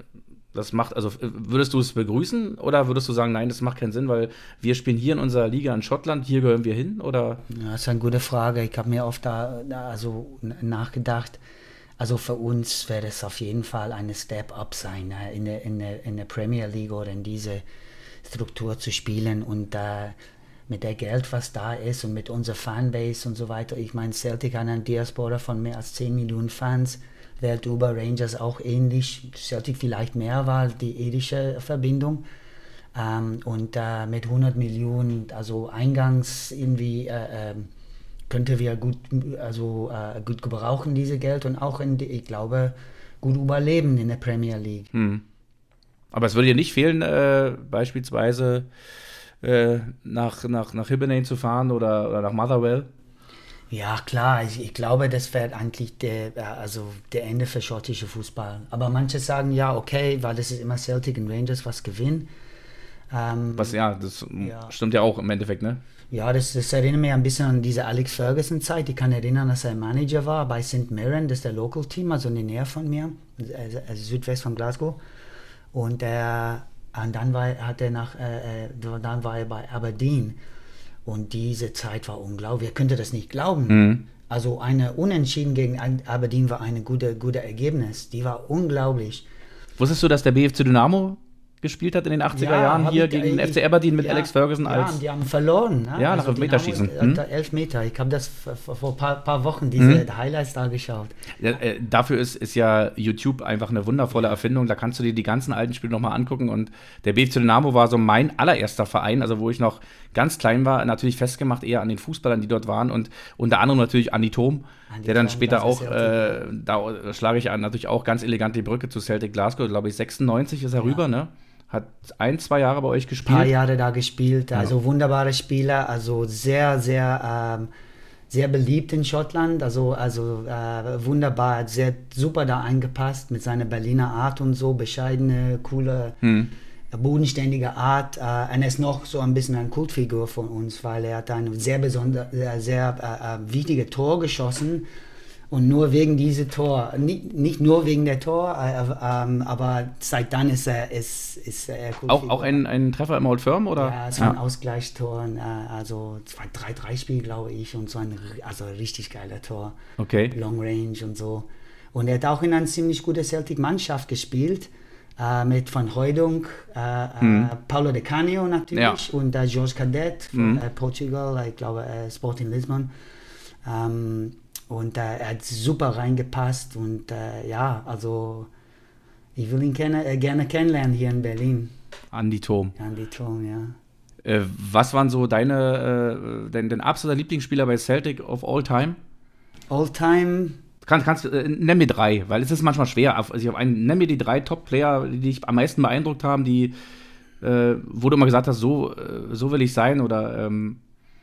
das macht, also würdest du es begrüßen, oder würdest du sagen, nein, das macht keinen Sinn, weil wir spielen hier in unserer Liga in Schottland, hier gehören wir hin, oder? Ja, das ist eine gute Frage. Ich habe mir oft da, da also nachgedacht. Also für uns wäre das auf jeden Fall eine Step-Up sein, in der, in der, in der Premier League oder in diese Struktur zu spielen, und äh, mit der Geld, was da ist, und mit unserer Fanbase und so weiter. Ich meine, Celtic hat eine Diaspora von mehr als zehn Millionen Fans, weltüber, Rangers auch ähnlich, Celtic vielleicht mehr, weil die irische Verbindung. Ähm, und äh, mit hundert Millionen, also eingangs irgendwie äh, äh, könnte wir gut, also, äh, gut gebrauchen, diese Geld und auch, in die, ich glaube, gut überleben in der Premier League. Hm. Aber es würde dir nicht fehlen, äh, beispielsweise äh, nach, nach, nach Hibernian zu fahren oder, oder nach Motherwell? Ja, klar, ich, ich glaube, das wäre eigentlich der, äh, also der Ende für schottische Fußball. Aber manche sagen ja, okay, weil das ist immer Celtic und Rangers, was gewinnen. Ähm, Was, ja, das ja. stimmt ja auch im Endeffekt, ne? Ja, das, das erinnert mich ein bisschen an diese Alex Ferguson-Zeit. Ich kann erinnern, dass er Manager war bei Saint Mirren, das ist der Local Team, also in der Nähe von mir, also, also südwest von Glasgow. Und, er, und dann war, hat er nach, äh, dann war er bei Aberdeen. Und diese Zeit war unglaublich. Ihr könnt das nicht glauben. Mhm. Also eine Unentschieden gegen Aberdeen war ein gutes gute Ergebnis. Die war unglaublich. Wusstest du, dass der B F C Dynamo gespielt hat in den achtziger Jahren hier ich, gegen den ich, F C Aberdeen mit ja, Alex Ferguson als... Ja, die haben verloren. Ne? Ja, also nach Elfmeterschießen. Hm? Elfmeter. Ich habe das vor, vor ein paar, paar Wochen, diese hm? Highlights da geschaut. Ja, äh, dafür ist, ist ja YouTube einfach eine wundervolle Erfindung. Da kannst du dir die ganzen alten Spiele nochmal angucken. Und der B F C Dynamo war so mein allererster Verein, also wo ich noch ganz klein war, natürlich festgemacht eher an den Fußballern, die dort waren. Und unter anderem natürlich Andi Thom, Andi der dann Thom, später auch, äh, da schlage ich natürlich auch ganz elegant die Brücke zu Celtic Glasgow. Glaube ich, sechsundneunzig ist er ja. rüber, ne? Hat ein, zwei Jahre bei euch gespielt. Ein paar Jahre da gespielt, also ja. wunderbare Spieler, also sehr, sehr, ähm, sehr beliebt in Schottland, also, also äh, wunderbar, hat sehr super da eingepasst mit seiner Berliner Art und so, bescheidene, coole, hm. bodenständige Art. Äh, und er ist noch so ein bisschen eine Kultfigur von uns, weil er hat ein sehr besonders, sehr, sehr äh, wichtiges Tor geschossen. Und nur wegen diesem Tor, nicht, nicht nur wegen der Tor, äh, ähm, aber seit dann ist er, ist, ist er gut. Auch, auch ein, ein Treffer im Old Firm, oder? Ja, es war ja. ein Ausgleichstor, äh, also es war ein drei drei Spiel, glaube ich, und so ein also richtig geiler Tor. Okay. Long Range und so. Und er hat auch in einer ziemlich guten Celtic-Mannschaft gespielt, äh, mit Van Hooijdonk, äh, hm. äh, Paulo Di Canio natürlich ja. und äh, Jorge Cadet von hm. äh, Portugal, ich glaube äh, Sporting Lisbon. Ähm, Und äh, er hat super reingepasst und äh, ja, also ich will ihn kenne, äh, gerne kennenlernen hier in Berlin. Andi Thom. Andi Thom, ja. Äh, was waren so deine, äh, dein, dein absoluter Lieblingsspieler bei Celtic of all time? All time? Kannst, kannst, äh, nenn mir drei, weil es ist manchmal schwer. Also ich einen, nenn mir die drei Top-Player, die dich am meisten beeindruckt haben, die, äh, wo du immer gesagt hast, so, äh, so will ich sein oder... Ähm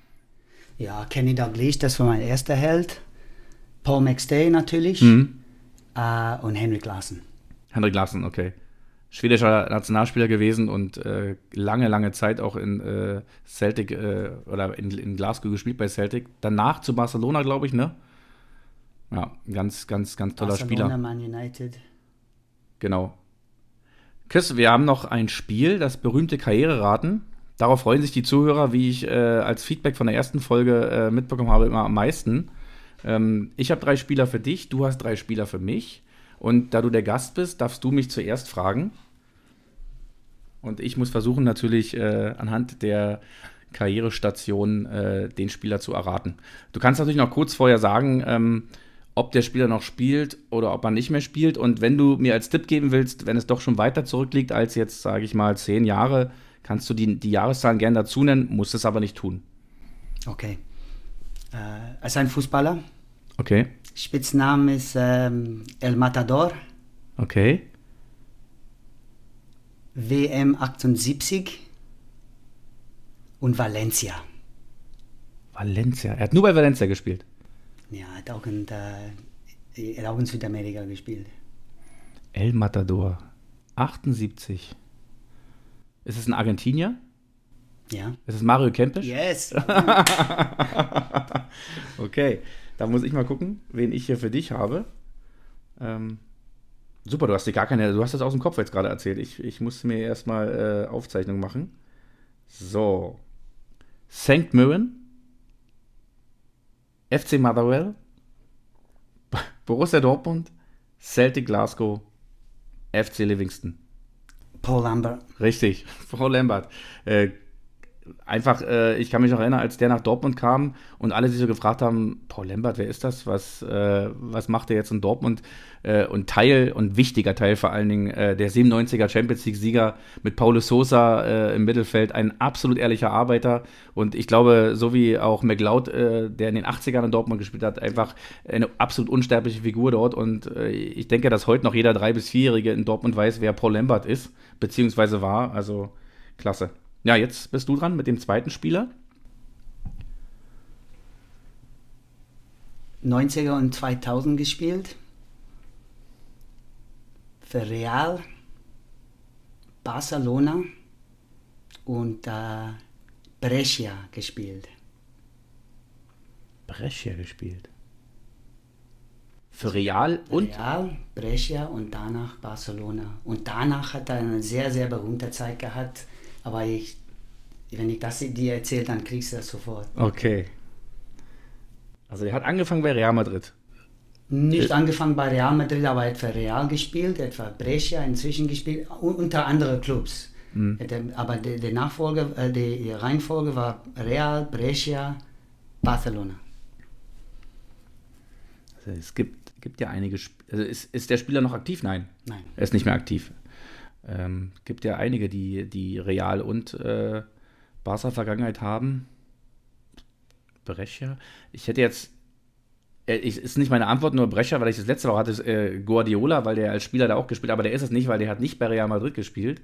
ja, Kenny Dalglish, das war mein erster Held. Paul McStay natürlich mhm. äh, und Henrik Larsson. Henrik Larsson, okay. Schwedischer Nationalspieler gewesen und äh, lange, lange Zeit auch in äh, Celtic äh, oder in, in Glasgow gespielt bei Celtic. Danach zu Barcelona, glaube ich, ne? Ja, ganz, ganz, ganz toller Barcelona, Spieler. Man United. Genau. Chris, wir haben noch ein Spiel, das berühmte Karriereraten. Darauf freuen sich die Zuhörer, wie ich äh, als Feedback von der ersten Folge äh, mitbekommen habe, immer am meisten. Ich habe drei Spieler für dich, du hast drei Spieler für mich. Und da du der Gast bist, darfst du mich zuerst fragen. Und ich muss versuchen, natürlich äh, anhand der Karrierestation äh, den Spieler zu erraten. Du kannst natürlich noch kurz vorher sagen, ähm, ob der Spieler noch spielt oder ob er nicht mehr spielt. Und wenn du mir als Tipp geben willst, wenn es doch schon weiter zurückliegt als jetzt, sage ich mal, zehn Jahre, kannst du die, die Jahreszahlen gerne dazu nennen, musst es aber nicht tun. Okay. Äh, er ist ein Fußballer. Okay. Spitzname ist ähm, El Matador. Okay. W M achtundsiebzig und Valencia. Valencia. Er hat nur bei Valencia gespielt. Ja, er hat auch in, äh, er hat auch in Südamerika gespielt. El Matador. achtundsiebzig. Ist es ein Argentinier? Ja. Ist es Mario Kempes? Yes. Okay. Da muss ich mal gucken, wen ich hier für dich habe. Ähm, super, du hast dir gar keine, du hast das aus dem Kopf jetzt gerade erzählt. Ich, ich musste mir erstmal äh, Aufzeichnung machen. So. Sankt Mirren, F C Motherwell, Borussia Dortmund, Celtic Glasgow, F C Livingston. Paul Lambert. Richtig, Paul Lambert. Äh, einfach, äh, ich kann mich noch erinnern, als der nach Dortmund kam und alle sich so gefragt haben, Paul Lambert, wer ist das? Was, äh, was macht er jetzt in Dortmund? Äh, und Teil und wichtiger Teil vor allen Dingen äh, der siebenundneunziger Champions League-Sieger mit Paulo Sousa äh, im Mittelfeld, ein absolut ehrlicher Arbeiter und ich glaube, so wie auch McLeod, äh, der in den achtzigern in Dortmund gespielt hat, einfach eine absolut unsterbliche Figur dort und äh, ich denke, dass heute noch jeder drei- bis vierjährige in Dortmund weiß, wer Paul Lambert ist, beziehungsweise war, also klasse. Ja, jetzt bist du dran mit dem zweiten Spieler. neunziger und zweitausend gespielt. Für Real, Barcelona und äh, Brescia gespielt. Brescia gespielt. Für Real und? Real, Brescia und danach Barcelona. Und danach hat er eine sehr, sehr berühmte Zeit gehabt. Aber ich, wenn ich das dir erzähle, dann kriegst du das sofort. Okay. Also er hat angefangen bei Real Madrid. Nicht äh, angefangen bei Real Madrid, aber er hat für Real gespielt, er hat für Brescia inzwischen gespielt, unter anderen Clubs. Mhm. Aber die, die Nachfolge, äh, die Reihenfolge war Real, Brescia, Barcelona. Also es gibt, gibt ja einige. Sp- also ist, ist der Spieler noch aktiv? Nein. Nein. Er ist nicht mehr aktiv. Ähm, gibt ja einige, die, die Real und äh, Barca-Vergangenheit haben. Brescia. Ich hätte jetzt, äh, ich, ist nicht meine Antwort, nur Brescia, weil ich das letzte Woche hatte, äh, Guardiola, weil der als Spieler da auch gespielt hat, aber der ist es nicht, weil der hat nicht bei Real Madrid gespielt.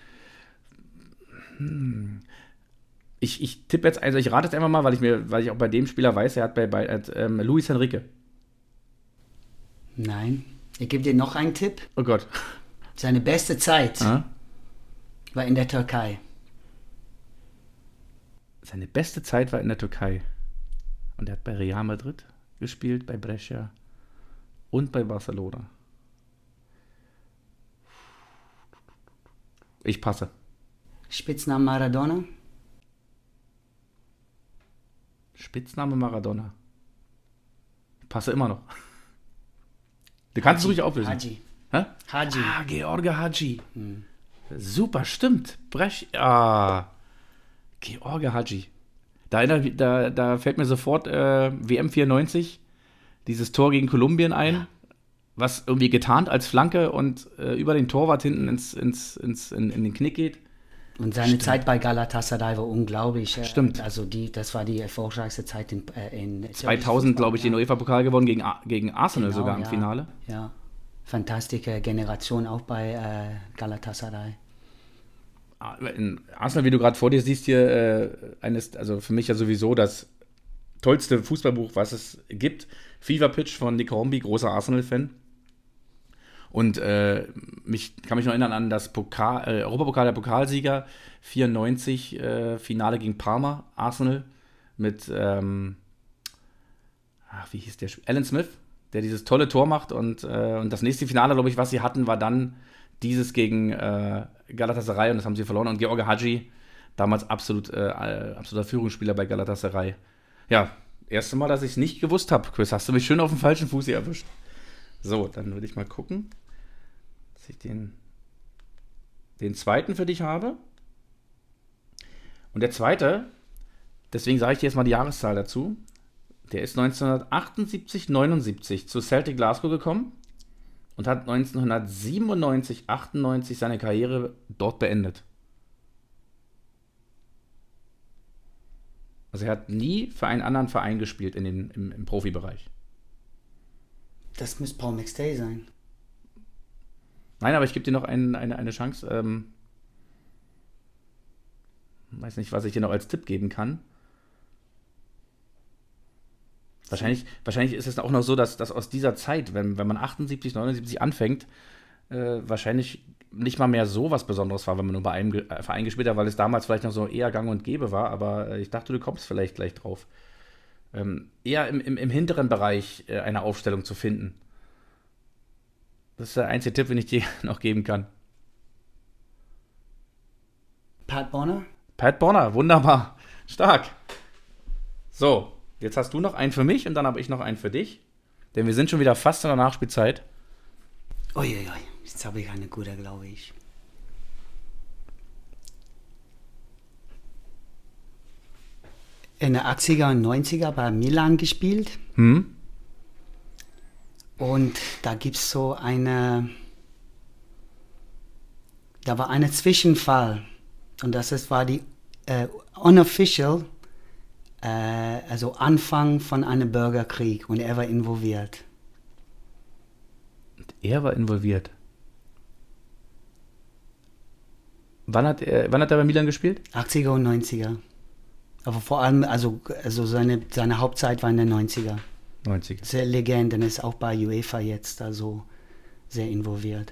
Hm. Ich, ich tippe jetzt, also ich rate jetzt einfach mal, weil ich mir, weil ich auch bei dem Spieler weiß, er hat bei, bei hat, ähm, Luis Enrique. Nein. Ich gebe dir noch einen Tipp. Oh Gott. Seine beste Zeit ah? war in der Türkei. Seine beste Zeit war in der Türkei. Und er hat bei Real Madrid gespielt, bei Brescia und bei Barcelona. Ich passe. Spitzname Maradona? Spitzname Maradona. Ich passe immer noch. Du kannst es ruhig auflösen. Hadji. Hä? Hadji. Ah, George Hadji. Hm. Super, stimmt. Brech. Ah. George Hadji. Da, da, da fällt mir sofort äh, W M vierundneunzig, dieses Tor gegen Kolumbien ein, ja. Was irgendwie getarnt als Flanke und äh, über den Torwart hinten ins, ins, ins, in, in den Knick geht. Und seine Stimmt. Zeit bei Galatasaray war unglaublich. Stimmt. Also die, das war die erfolgreichste Zeit in, äh, in zweitausend, glaube ich, ja. Den UEFA-Pokal gewonnen gegen, gegen Arsenal genau, sogar im ja. Finale. Ja, fantastische Generation auch bei äh, Galatasaray. In Arsenal, wie du gerade vor dir siehst, hier äh, eines, also für mich ja sowieso das tollste Fußballbuch, was es gibt. Fever Pitch von Nick Hornby, großer Arsenal-Fan. Und äh, mich kann mich noch erinnern an das Pokal, äh, Europapokal der Pokalsieger vierundneunzig, äh, Finale gegen Parma, Arsenal, mit, ähm, ach, wie hieß der? Alan Smith, der dieses tolle Tor macht. Und, äh, und das nächste Finale, glaube ich, was sie hatten, war dann dieses gegen äh, Galatasaray und das haben sie verloren. Und George Hadji, damals absolut, äh, absoluter Führungsspieler bei Galatasaray. Ja, erste Mal, dass ich es nicht gewusst habe. Chris, hast du mich schön auf dem falschen Fuß hier erwischt. So, dann würde ich mal gucken, dass ich den, den zweiten für dich habe. Und der zweite, deswegen sage ich dir jetzt mal die Jahreszahl dazu, der ist neunzehnhundertachtundsiebzig neunundsiebzig zu Celtic Glasgow gekommen und hat neunzehnhundertsiebenundneunzig achtundneunzig seine Karriere dort beendet. Also er hat nie für einen anderen Verein gespielt in den, im, im Profibereich. Das müsste Paul McStay sein. Nein, aber ich gebe dir noch ein, eine, eine Chance. Ähm, weiß nicht, was ich dir noch als Tipp geben kann. Wahrscheinlich, wahrscheinlich ist es auch noch so, dass, dass aus dieser Zeit, wenn, wenn man achtundsiebzig, neunundsiebzig anfängt, äh, wahrscheinlich nicht mal mehr so was Besonderes war, wenn man nur bei einem Ge- Verein gespielt hat, weil es damals vielleicht noch so eher gang und gäbe war, aber äh, ich dachte, du kommst vielleicht gleich drauf. Ähm, eher im, im, im hinteren Bereich äh, eine Aufstellung zu finden. Das ist der einzige Tipp, den ich dir noch geben kann. Pat Bonner? Pat Bonner, wunderbar. Stark. So, jetzt hast du noch einen für mich und dann habe ich noch einen für dich. Denn wir sind schon wieder fast in der Nachspielzeit. Uiuiui, jetzt habe ich eine gute, glaube ich. in den achtziger und neunziger bei Milan gespielt. Hm? Und da gibt es so eine, da war ein Zwischenfall. Und das ist, war die äh, unofficial, äh, also Anfang von einem Bürgerkrieg. Und er war involviert. Er war involviert. Wann hat er, wann hat er bei Milan gespielt? achtziger und neunziger. Aber vor allem, also, also seine, seine Hauptzeit war in den neunziger. neunziger. Sehr Legenden, ist auch bei UEFA jetzt also sehr involviert.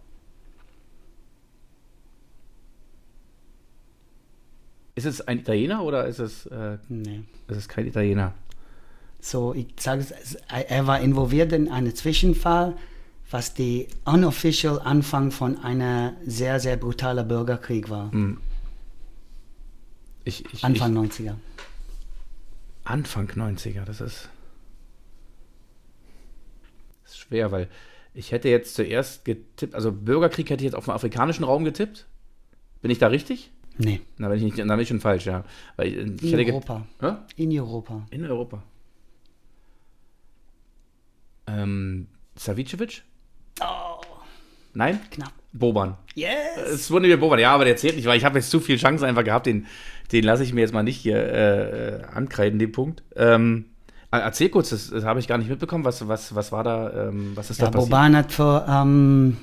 Ist es ein Italiener oder ist es, äh, Nee. ist es kein Italiener? So, ich sage es, er war involviert in einen Zwischenfall, was die unofficial Anfang von einer sehr, sehr brutaler Bürgerkrieg war. Hm. Ich, ich, Anfang ich, neunziger. Anfang neunziger, das ist, das ist schwer, weil ich hätte jetzt zuerst getippt, also Bürgerkrieg hätte ich jetzt auf den afrikanischen Raum getippt. Bin ich da richtig? Nee. Na, bin ich nicht, dann bin ich schon falsch, ja. Weil ich, ich In hätte Europa. Get- Hä? In Europa. In Europa. Ähm, Savicevic? Oh, Nein? knapp. Boban. Yes! Es wurde mir Boban, ja, aber der zählt nicht, weil ich habe jetzt zu viel Chancen einfach gehabt, den, den lasse ich mir jetzt mal nicht hier äh, ankreiden, den Punkt. Ähm, erzähl kurz, das, das habe ich gar nicht mitbekommen, was, was, was war da, ähm, was ist Ja, da passiert? Boban hat für, ähm,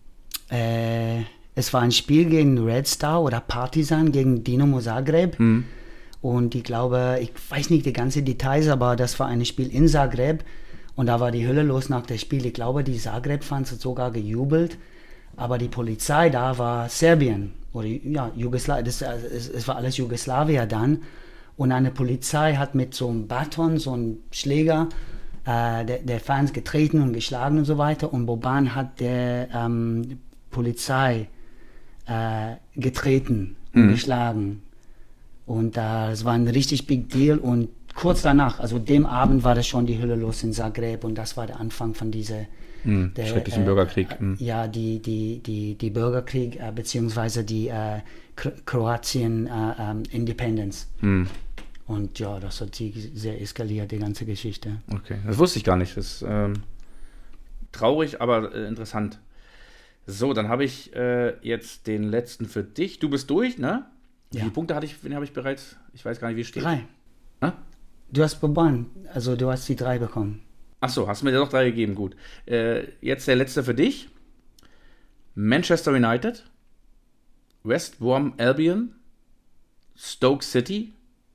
äh, es war ein Spiel gegen Red Star oder Partizan gegen Dinamo Zagreb. Hm. Und ich glaube, ich weiß nicht die ganzen Details, aber das war ein Spiel in Zagreb. Und da war die Hölle los nach dem Spiel. Ich glaube, die Zagreb-Fans hat sogar gejubelt. Aber die Polizei da war Serbien. Oder ja, Jugoslawien. Das, es, es war alles Jugoslawier dann. Und eine Polizei hat mit so einem Baton, so einem Schläger, äh, der, der Fans getreten und geschlagen und so weiter. Und Boban hat der ähm, Polizei äh, getreten und Mhm. geschlagen. Und äh, es war ein richtig big deal. Und kurz danach, also dem Abend, war das schon die Hölle los in Zagreb. Und das war der Anfang von dieser Hm, der, schrecklichen äh, Bürgerkrieg. Äh, Hm. ja, die, die, die, die Bürgerkrieg, äh, beziehungsweise die äh, Kro- Kroatien äh, ähm, Independence. Hm. Und ja, das hat sich sehr eskaliert, die ganze Geschichte. Okay, das wusste ich gar nicht. Das ist ähm, traurig, aber äh, interessant. So, dann habe ich äh, jetzt den letzten für dich. Du bist durch, ne? Wie Ja. viele Punkte hatte ich, wen habe ich bereits? Ich weiß gar nicht, wie es steht. Drei. Hä? Du hast begonnen, also du hast die drei bekommen. Achso, hast mir doch drei gegeben, gut. Äh, jetzt der letzte für dich. Manchester United, West Brom Albion, Stoke City.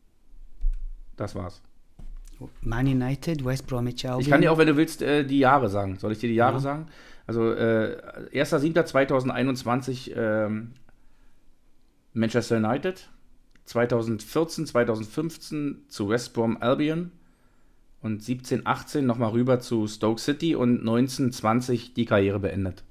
Das war's. Man United, West Bromwich Albion. Ich kann dir auch, wenn du willst, äh, die Jahre sagen. Soll ich dir die Jahre Ja. sagen? Also äh, erster siebter zweitausendeinundzwanzig ähm, Manchester United, zweitausendvierzehn, zweitausendfünfzehn zu West Brom Albion und siebzehn, achtzehn nochmal rüber zu Stoke City und neunzehn, zwanzig die Karriere beendet.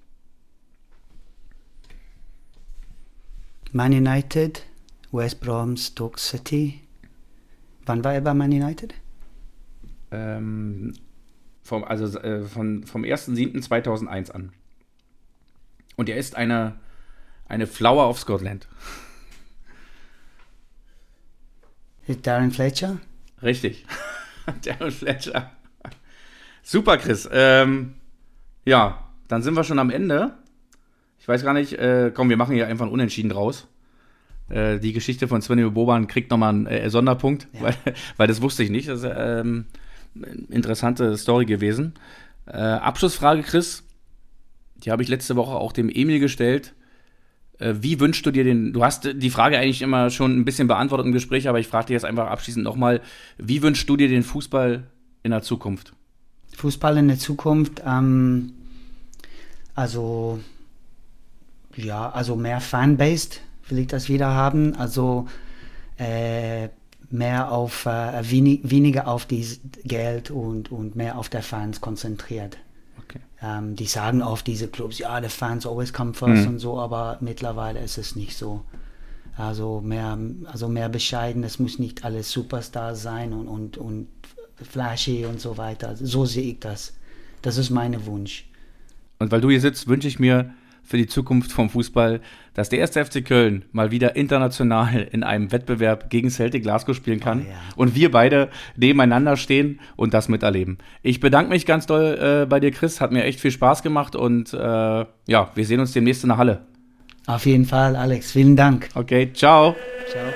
Man United, West Brom, Stoke City. Wann war er bei Man United? Ähm, vom, also äh, von, vom erster siebter zweitausendeins an. Und er ist eine, eine Flower of Scotland. Ist Darren Fletcher? Richtig. Darren Fletcher. Super, Chris. Ähm, ja, dann sind wir schon am Ende. Ich weiß gar nicht, äh, komm, wir machen hier einfach ein Unentschieden draus. Äh, die Geschichte von Sven Boban kriegt nochmal einen äh, Sonderpunkt, Ja. weil, weil das wusste ich nicht. Das ist ähm, eine interessante Story gewesen. Äh, Abschlussfrage, Chris. Die habe ich letzte Woche auch dem Emil gestellt. Äh, wie wünschst du dir den, du hast die Frage eigentlich immer schon ein bisschen beantwortet im Gespräch, aber ich frage dich jetzt einfach abschließend nochmal, wie wünschst du dir den Fußball in der Zukunft? Fußball in der Zukunft, ähm, also ja, also mehr Fanbase will ich das wieder haben, also äh, mehr auf äh, wenig, weniger auf das Geld und, und mehr auf der Fans konzentriert. Okay. Ähm, die sagen oft, diese Clubs, ja, the fans always come first Mhm. und so, aber mittlerweile ist es nicht so. Also mehr, also mehr bescheiden, es muss nicht alles Superstar sein und, und, und flashy und so weiter. So sehe ich das. Das ist mein Wunsch. Und weil du hier sitzt, wünsche ich mir für die Zukunft vom Fußball, dass der erste F C Köln mal wieder international in einem Wettbewerb gegen Celtic Glasgow spielen kann Oh, ja. und wir beide nebeneinander stehen und das miterleben. Ich bedanke mich ganz doll äh, bei dir, Chris. Hat mir echt viel Spaß gemacht und äh, ja, wir sehen uns demnächst in der Halle. Auf jeden Fall, Alex. Vielen Dank. Okay, ciao. Ciao.